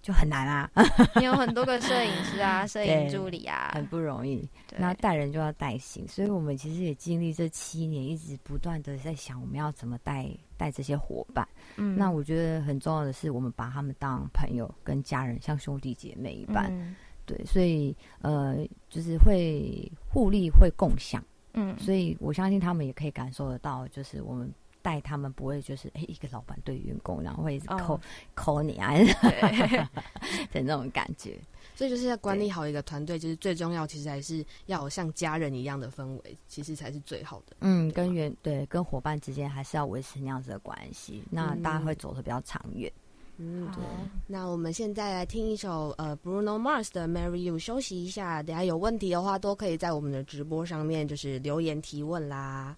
就很难啊。 你有很多个摄影师啊，摄影助理啊， 很不容易。那带人就要带心，所以我们其实也经历这七年，一直不断的在想我们要怎么带带这些伙伴。嗯，那我觉得很重要的是，我们把他们当朋友跟家人，像兄弟姐妹一般。嗯、对，所以呃，就是会互利，会共享。嗯，所以我相信他们也可以感受得到，就是我们带他们不会就是哎、欸、一个老板对员工，然后会一直扣扣、哦、你啊的那种感觉。 所以就是要管理好一个团队，就是最重要，其实还是要有像家人一样的氛围，其实才是最好的。 嗯，跟员对跟伙伴之间还是要维持那样子的关系，那大家会走得比较长远。 嗯，对。那我们现在来听一首呃 Bruno Mars 的 Marry You， 休息一下，等一下有问题的话都可以在我们的直播上面就是留言提问啦。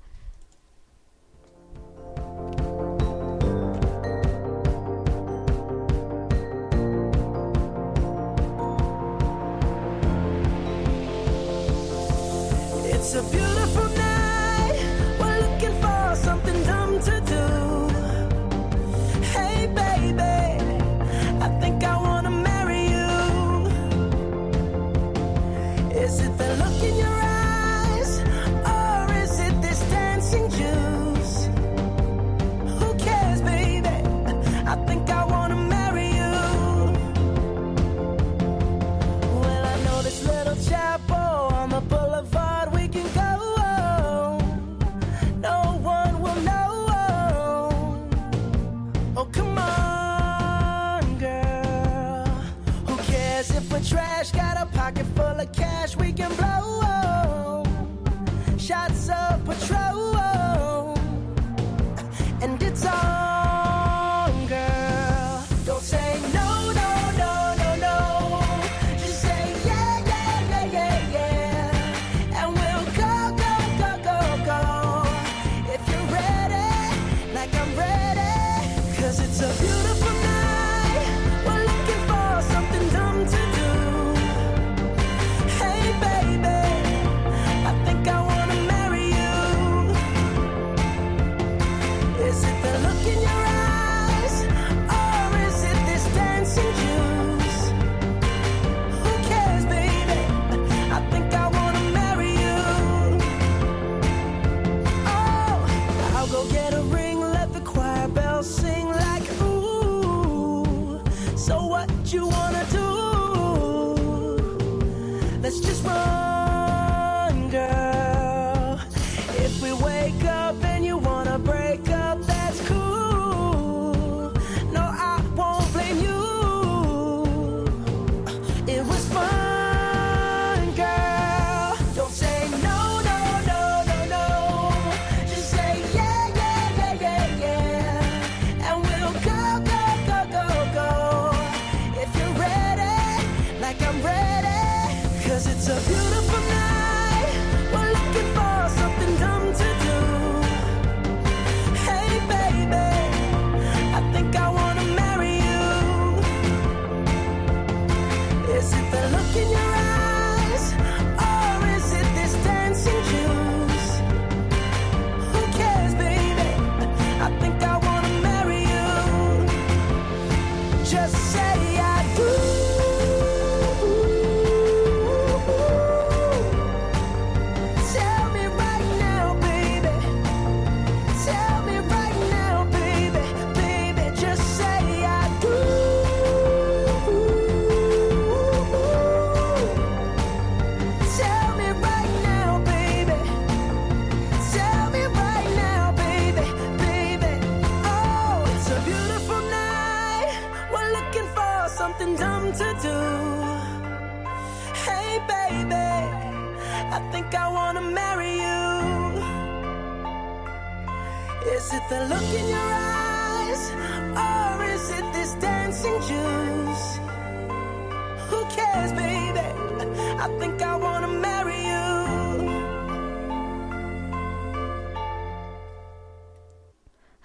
It's a beautiful night. We're looking for something dumb to do. Hey, baby, I think I wanna marry you. Is it the look in your eyes, or is it this dancing juice? Who cares, baby? I think I wanna marry you. Well, I know this little chapel on the boulevard. Trash, got a pocket full of cash we can blow. Shots of Patrol, and it's on, girl. Don't say no, no, no, no, no. Just say yeah, yeah, yeah, yeah, yeah. And we'll go, go, go, go, go. If you're ready, like I'm ready. Cause it's a beautiful night. We're looking for something dumb to do. You wanna do? Let's just run, girl. If we wake up and you wanna break up, that's cool. No, I won't blame you. It was fun, girl. Don't say no, no, no, no, no. Just say yeah, yeah, yeah, yeah, yeah. And we'll go, go, go, go, go. Like I'm ready, cause it's a beautiful night. We're looking for something dumb to do. Hey, baby, I think I wanna marry you. Is it the look in your eyes, or is it this dancing juice? Who cares, baby? I think I wanna marry you. Just say I do. Something dumb to do. Hey, baby, I think I wanna marry you. Is it the look in your eyes, or is it this dancing juice? Who cares, baby? I think I wanna marry you.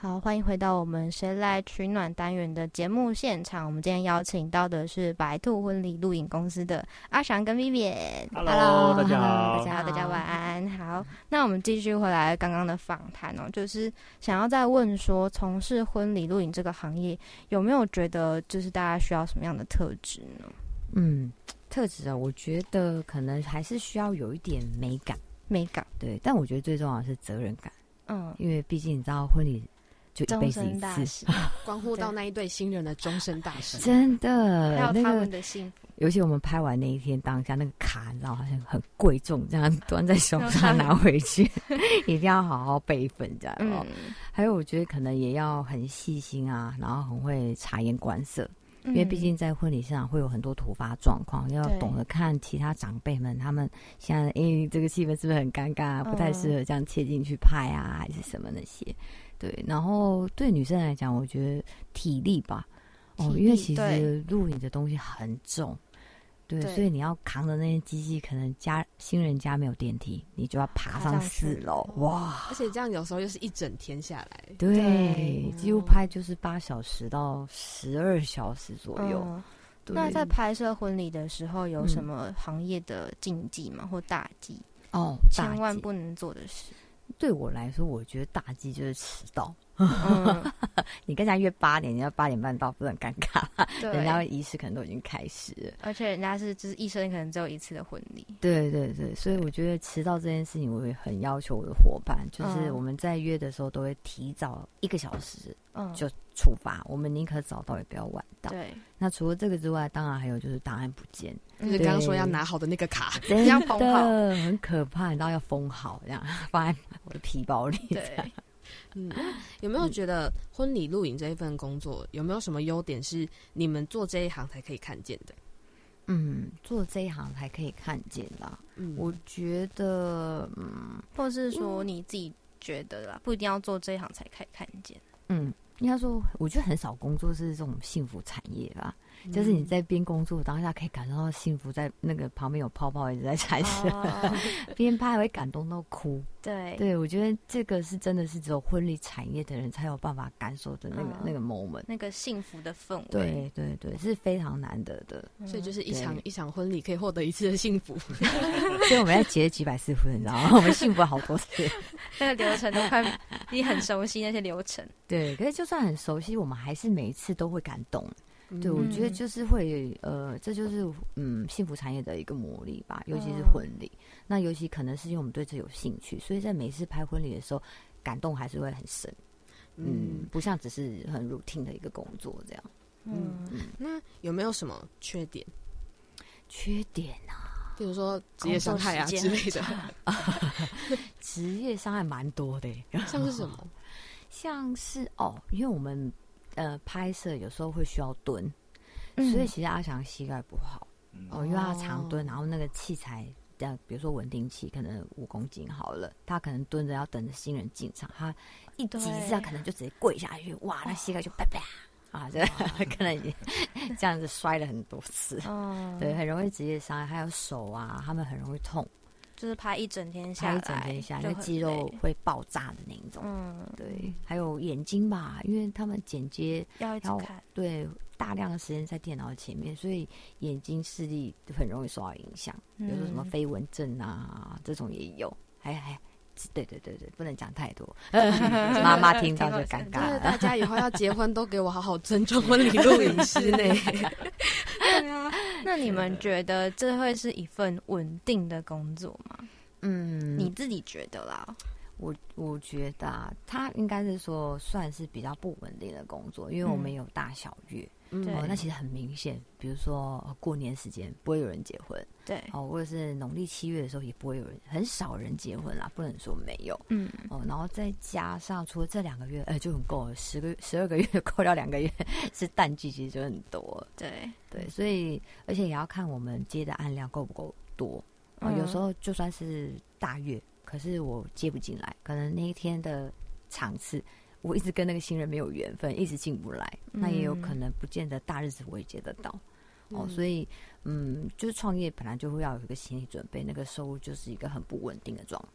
好，欢迎回到我们谁来取暖单元的节目现场。我们今天邀请到的是白兔婚礼录影公司的阿翔跟 Vivian。Hello， 大家好， 大家好，大家晚安。好，那我们继续回来刚刚的访谈哦，就是想要再问说，从事婚礼录影这个行业，有没有觉得就是大家需要什么样的特质呢？ 嗯，特质啊，我觉得可能还是需要有一点美感， 美感对，但我觉得最重要的是责任感。 嗯， 因为毕竟你知道婚礼就一辈子一次， 关乎到那一对新人的终身大事。 真的， 还有他们的幸福。 尤其我们拍完那一天当下，那个卡你知道好像很贵重，这样端在手上拿回去，一定要好好备份这样。嗯，还有我觉得可能也要很细心啊，然后很会察言观色。因为毕竟在婚礼现场会有很多突发状况，要懂得看其他长辈们他们现在，哎，这个气氛是不是很尴尬，不太适合这样切进去拍啊，还是什么那些。对，然后对女生来讲，我觉得体力吧，哦，因为其实录影的东西很重。对，所以你要扛的那些机器，可能家新人家没有电梯，你就要爬上四楼，哇！ 而且这样有时候又是一整天下来， 对，对几乎拍就是八小时到十二小时左右。嗯、 那在拍摄婚礼的时候，有什么行业的禁忌吗？嗯、或大忌？ 哦， 千万不能做的事。 对我来说，我觉得大忌就是迟到。嗯、你跟人家约八点，你要八点半到，不是很尴尬？人家仪式可能都已经开始了， 而且人家是就是一生可能只有一次的婚礼。 对对对，所以我觉得迟到这件事情，我也很要求我的伙伴，就是我们在约的时候都会提早一个小时就出发，嗯、我们宁可早到也不要晚到。对，那除了这个之外，当然还有就是档案不见， 就是刚刚说要拿好的那个卡， 真的很可怕，你知道要封好，这样放在我的皮包里。对。 嗯，有没有觉得婚礼录影这一份工作有没有什么优点是你们做这一行才可以看见的？ 嗯，做这一行才可以看见啦。嗯，我觉得，嗯， 或是说你自己觉得啦，不一定要做这一行才可以看见。 嗯，应该说，我觉得很少工作是这种幸福产业吧。就是你在边工作当下可以感受到幸福，在那个旁边有泡泡一直在产生，边、哦、拍还会感动到哭。对对，我觉得这个是真的是只有婚礼产业的人才有办法感受的那个、嗯、那个 moment， 那个幸福的氛围。 对对对，是非常难得的。 嗯、所以就是一场一场婚礼可以获得一次的幸福。 所以我们在结几百次婚，你知道吗？我们幸福了好多次。 那个流程都快，你很熟悉那些流程。 对，可是就算很熟悉，我们还是每一次都会感动。对，我觉得就是会，呃，这就是嗯幸福产业的一个魔力吧，尤其是婚礼。嗯、那尤其可能是因为我们对这有兴趣，所以在每次拍婚礼的时候，感动还是会很深。嗯，嗯不像只是很 routine 的一个工作这样。 嗯，嗯那有没有什么缺点？ 缺点啊， 比如说职业伤害啊之类的。 职业伤害蛮多的， 像是什么？ 像是哦，因为我们。呃，拍摄有时候会需要蹲，嗯、所以其实阿翔膝盖不好、嗯、哦，因为他常蹲，然后那个器材，呃，比如说稳定器可能五公斤好了，他可能蹲着要等着新人进场，他一急他可能就直接跪下去，哇，那膝盖就啪啪啊，这可能已经这样子摔了很多次，哦、对，很容易职业伤害，还有手啊，他们很容易痛。 就是拍一整天下来， 拍一整天下来，那肌肉会爆炸的那一种。嗯，对，还有眼睛吧，因为他们剪接要一直看， 对，大量的时间在电脑前面，所以眼睛视力很容易受到影响。比如说什么飞蚊症啊，这种也有。还还，对对对对，不能讲太多，妈妈听到就尴尬了。 大家以后要结婚都给我好好尊重婚礼录影师呢。 对啊，那你们觉得这会是一份稳定的工作吗？嗯，你自己觉得啦？ 我我觉得啊，它应该是说算是比较不稳定的工作，因为我们有大小月，嗯、哦，那其实很明显，比如说、哦、过年时间不会有人结婚，对，哦，或者是农历七月的时候也不会有人，很少人结婚啦，不能说没有，嗯，哦，然后再加上除了这两个月，哎，就很够了，十个十二个月扣掉两个月是淡季，其实就很多了，对对，所以而且也要看我们接的案量够不够多，哦，嗯、有时候就算是大月。可是我接不进来，可能那一天的场次，我一直跟那个新人没有缘分，一直进不来，嗯、那也有可能不见得大日子我也接得到，嗯、哦，所以嗯，就是创业本来就会要有一个心理准备，那个收入就是一个很不稳定的状态。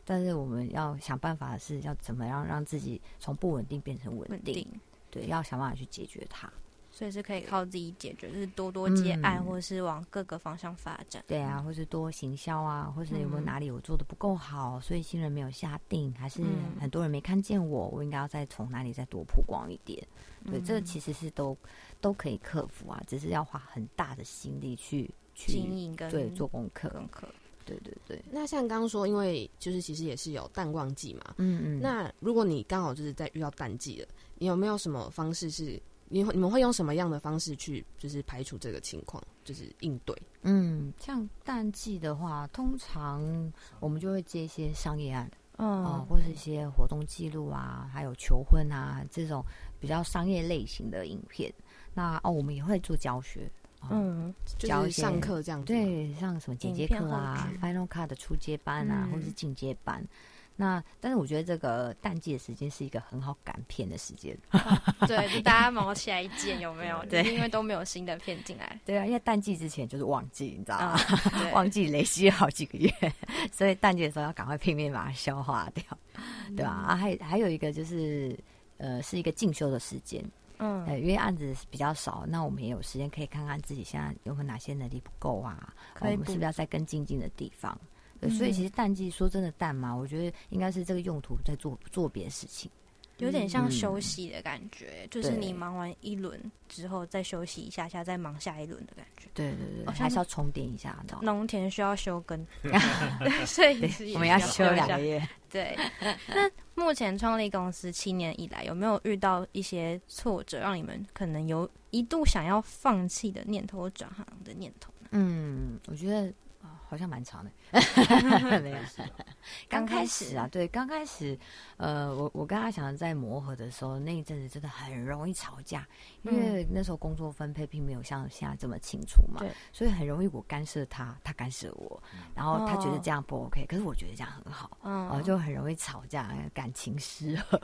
但是我们要想办法的是要怎么样让自己从不稳定变成稳定，稳定对，要想办法去解决它。 所以是可以靠自己解决，就是多多接案，嗯、或是往各个方向发展。 对啊，或是多行销啊，或是有没有哪里我做的不够好，嗯、所以新人没有下定，还是很多人没看见我，我应该要再从哪里再多曝光一点。对，嗯、这其实是都都可以克服啊，只是要花很大的心力去去经营跟对做功课。 功课对对对。 那像刚刚说，因为就是其实也是有淡旺季嘛， 嗯嗯。 那如果你刚好就是在遇到淡季了，你有没有什么方式是？你你们会用什么样的方式去就是排除这个情况，就是应对？ 嗯，像淡季的话，通常我们就会接一些商业案，嗯、呃，或是一些活动记录啊，还有求婚啊这种比较商业类型的影片。那哦，我们也会做教学， 嗯，教一些上课这样子， 对，像什么剪接课啊、Final Cut 的初阶班啊，嗯、或是进阶班。那但是我觉得这个淡季的时间是一个很好赶片的时间， 哦、对，就大家毛起来剪有没有？对，因为都没有新的片进来。 对啊，因为淡季之前就是旺季，你知道吗？嗯、旺季累积好几个月，所以淡季的时候要赶快拼命把它消化掉，对吧、啊？啊，还还有一个就是呃，是一个进修的时间。嗯、呃，因为案子比较少，那我们也有时间可以看看自己现在有没有哪些能力不够啊，我们是不是要再更精进的地方？对，所以其实淡季说真的淡嘛，我觉得应该是这个用途在做做别的事情， 有点像休息的感觉，嗯、就是你忙完一轮之后再休息一下下，再忙下一轮的感觉。 对对对，哦、还是要充电一下。 农田需要休耕，所以我们要休两个月。 对，那目前创立公司七年以来，有没有遇到一些挫折，让你们可能有一度想要放弃的念头或转行的念头呢？ 嗯，我觉得。好像蛮长的，没有。刚开始啊，对，刚开始，呃，我我跟阿翔在磨合的时候，那一阵子真的很容易吵架，因为那时候工作分配并没有像现在这么清楚嘛，所以很容易我干涉他，他干涉我，然后他觉得这样不 OK，、哦、可是我觉得这样很好，嗯、哦，就很容易吵架，感情失和。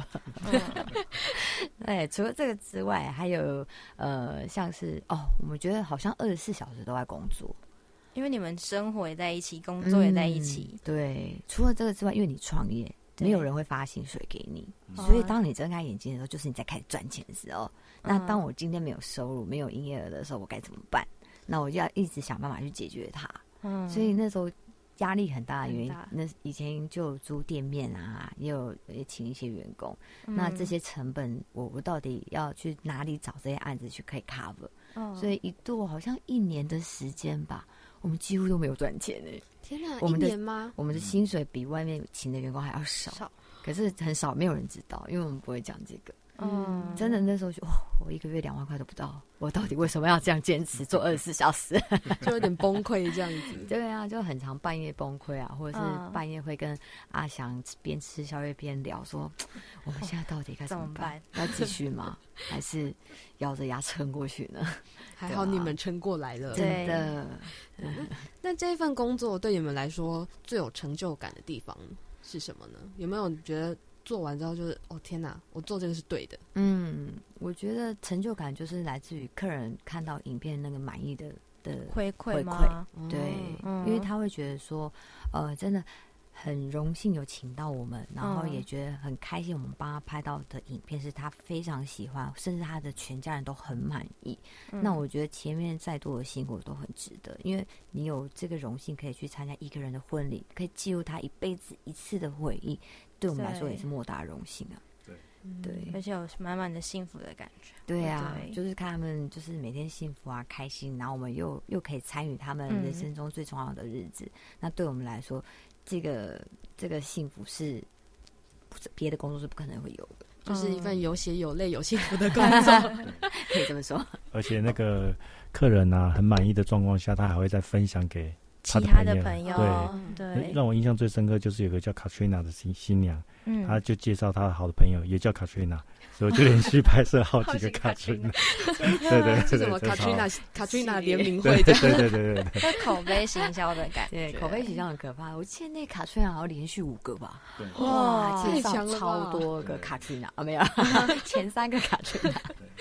对，除了这个之外，还有呃，像是哦，我们觉得好像二十四小时都在工作。 因为你们生活也在一起，工作也在一起、 嗯。对，除了这个之外，因为你创业，没有人会发薪水给你，所以当你睁开眼睛的时候，就是你在开始赚钱的时候。嗯、那当我今天没有收入、没有营业额的时候，我该怎么办？那我就要一直想办法去解决它。嗯，所以那时候压力很大的原因，那以前就租店面啊，也有也请一些员工。嗯、那这些成本，我我到底要去哪里找这些案子去可以 cover？、哦、所以一度好像一年的时间吧。我们几乎都没有赚钱诶！ 天哪， 我们的一年吗？ 我们的薪水比外面请的员工还要少，少可是很少，没有人知道，因为我们不会讲这个。嗯，真的那时候就、哦、我一个月两万块都不到，我到底为什么要这样坚持做二十四小时？ 就有点崩溃这样子。 对啊，就很常半夜崩溃啊，或者是半夜会跟阿翔边吃宵夜边聊说，我们现在到底该怎么办？要继续吗？还是咬着牙撑过去呢？ 还好你们撑过来了， 真的。 嗯、那这一份工作对你们来说最有成就感的地方是什么呢？有没有觉得做完之后就是哦天哪，我做这个是对的？ 嗯，我觉得成就感就是来自于客人看到影片那个满意的的回馈吗？对、嗯，因为他会觉得说，呃，真的很荣幸有请到我们，然后也觉得很开心，我们帮他拍到的影片是他非常喜欢，甚至他的全家人都很满意。嗯、那我觉得前面再多的辛苦都很值得，因为你有这个荣幸可以去参加一个人的婚礼，可以记录他一辈子一次的回忆，对我们来说也是莫大的荣幸啊。 对， 对， 而且有满满的幸福的感觉。 对啊，对，就是看他们就是每天幸福啊、开心，然后我们又又可以参与他们人生中最重要的日子，嗯、那对我们来说，这个这个幸福是别的工作是不可能会有的， 就是一份有血有泪有幸福的工作， 可以这么说。 而且那个客人啊很满意的状况下，他还会再分享给其他的朋友。 对对，让我印象最深刻就是有个叫 Katrina 的新新娘，嗯，他就介绍他的好的朋友也叫 Katrina， 所以我就连续拍摄好几个 Katrina。对对， 是什么 Katrina Katrina 联名会的？ 对对对对对， 口碑行销的感觉， 对，口碑行销很可怕。我记得那 Katrina 好像连续五个吧， 哇， 介绍超多个 Katrina 啊，没有前三个 Katrina。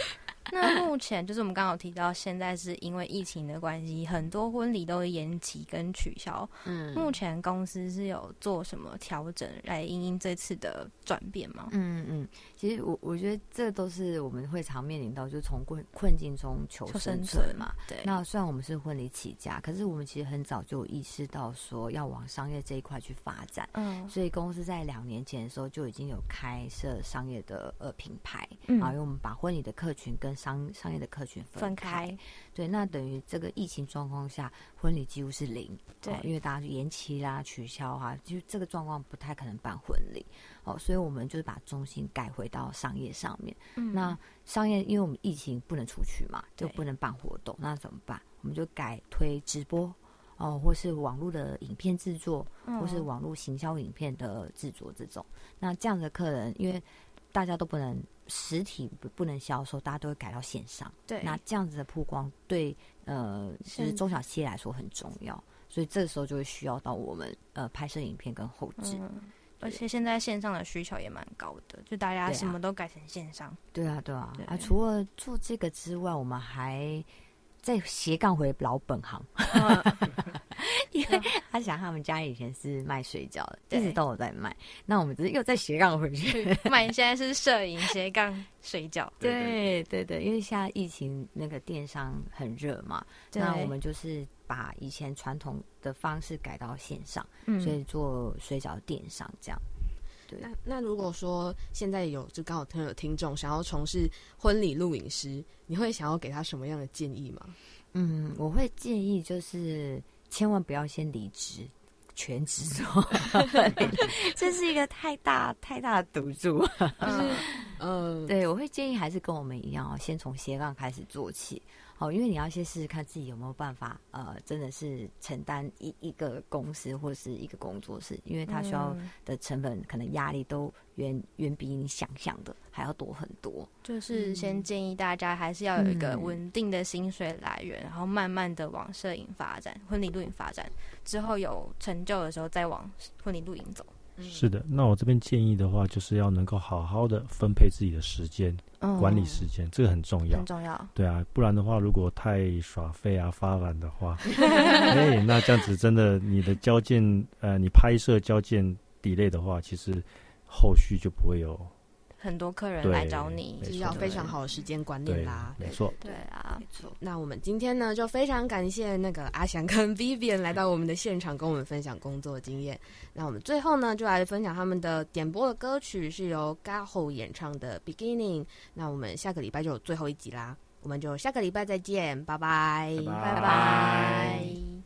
那目前就是我们刚刚有提到，现在是因为疫情的关系，很多婚礼都延期跟取消。嗯，目前公司是有做什么调整来因应这次的转变吗？ 嗯嗯，其实我我觉得这都是我们会常面临到，就是从困困境中求生存嘛。对。那虽然我们是婚礼起家，可是我们其实很早就有意识到说要往商业这一块去发展。嗯。所以公司在两年前的时候就已经有开设商业的呃品牌，嗯，然后因为我们把婚礼的客群跟商商业的客群分开。分开对，那等于这个疫情状况下，婚礼几乎是零。对。哦，因为大家就延期啦、取消啊，就这个状况不太可能办婚礼。哦，所以我们就是把重心改回到商业上面。嗯。那商业，因为我们疫情不能出去嘛，就不能办活动，那怎么办？我们就改推直播。哦，或是网络的影片制作，或是网络行销影片的制作这种。那这样的客人，因为大家都不能实体不不能销售，大家都会改到线上。对，那这样子的曝光对呃，就是中小企业来说很重要，所以这个时候就会需要到我们呃拍摄影片跟后制。嗯， 而且现在线上的需求也蛮高的，就大家什么都改成线上。 对啊，对啊，对啊！除了做这个之外，我们还再斜杠回老本行。因为他想他们家以前是卖水饺的，一直都有在卖，那我们只是又再斜杠回去卖。现在是摄影斜杠水饺。 对对对，因为现在疫情那个电商很热嘛，那我们就是把以前传统的方式改到线上，嗯，所以做水饺电商这样。对， 那那如果说现在有就刚好有听众想要从事婚礼录影师，你会想要给他什么样的建议吗？ 嗯，我会建议就是千万不要先离职，全职做，这是一个太大太大的赌注。就是嗯，对，我会建议还是跟我们一样哦，先从斜杠开始做起。哦，因为你要先试试看自己有没有办法，呃，真的是承担一一个公司或是一个工作室，因为它需要的成本可能压力都远远比你想象的还要多很多。 就是先建议大家还是要有一个稳定的薪水来源，嗯，然后慢慢的往摄影发展、婚礼录影发展，之后有成就的时候再往婚礼录影走。 是的，那我这边建议的话，就是要能够好好的分配自己的时间，嗯，管理时间，这个很重要， 很重要。 对啊，不然的话，如果太耍废啊、发懒的话，哎，那这样子真的，你的交件，呃，你拍摄交件 delay 的话，其实后续就不会有很多客人来找你， 就是要非常好的时间观念啦。 没错， 对啊， 没错。那我们今天呢，就非常感谢那个阿翔跟 Vivian 来到我们的现场，跟我们分享工作经验。那我们最后呢，就来分享他们的点播的歌曲，是由 Gaho 演唱的 Beginning。那我们下个礼拜就有最后一集啦，我们就下个礼拜再见，拜拜， 拜拜。拜拜。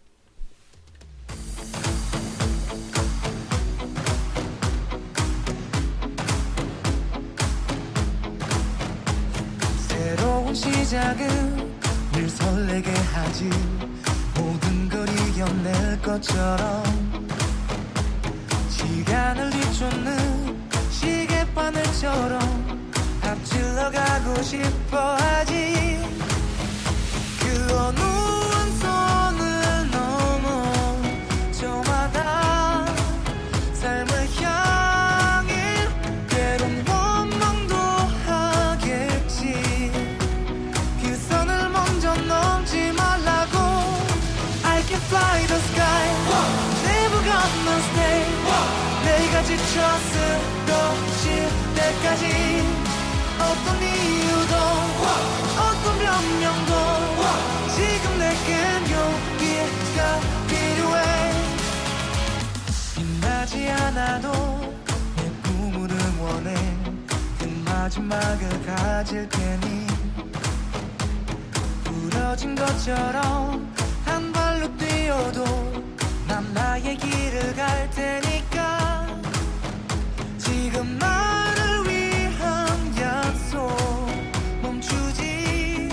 시간을 뒤쫓는 시계바늘처럼 앞질러 가고 싶어 하지 그 어느 한 선을 넘어 저마다 삶을 향해 때론 원망도 하겠지 그 선을 먼저 넘지 말라고 I can fly the sky never gonna stay 내가 지쳐 쓰러질 때까지 어떤 이유도 어떤 변명도 지금 내겐 용기가 필요해 빛나지 않아도 내 꿈을 응원해 그 마지막을 가질 테니 부러진 것처럼 한 발로 뛰어도 난 나의 길을 갈 테니까 지금 나를 위한 약속 멈추지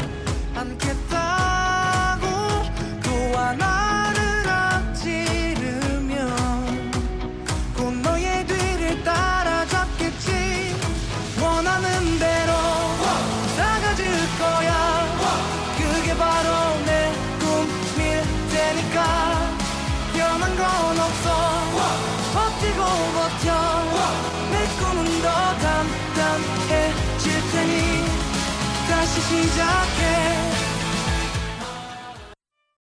않겠다고 또 하나를 앞지르면 곧 너의 뒤를 따라잡겠지 원하는 대로 나가질 거야 그게 바로 내 꿈일 테니까 변한 건 없어 버티고 버텨 내 꿈은 더 단단해질 테니 다시 다시 시작해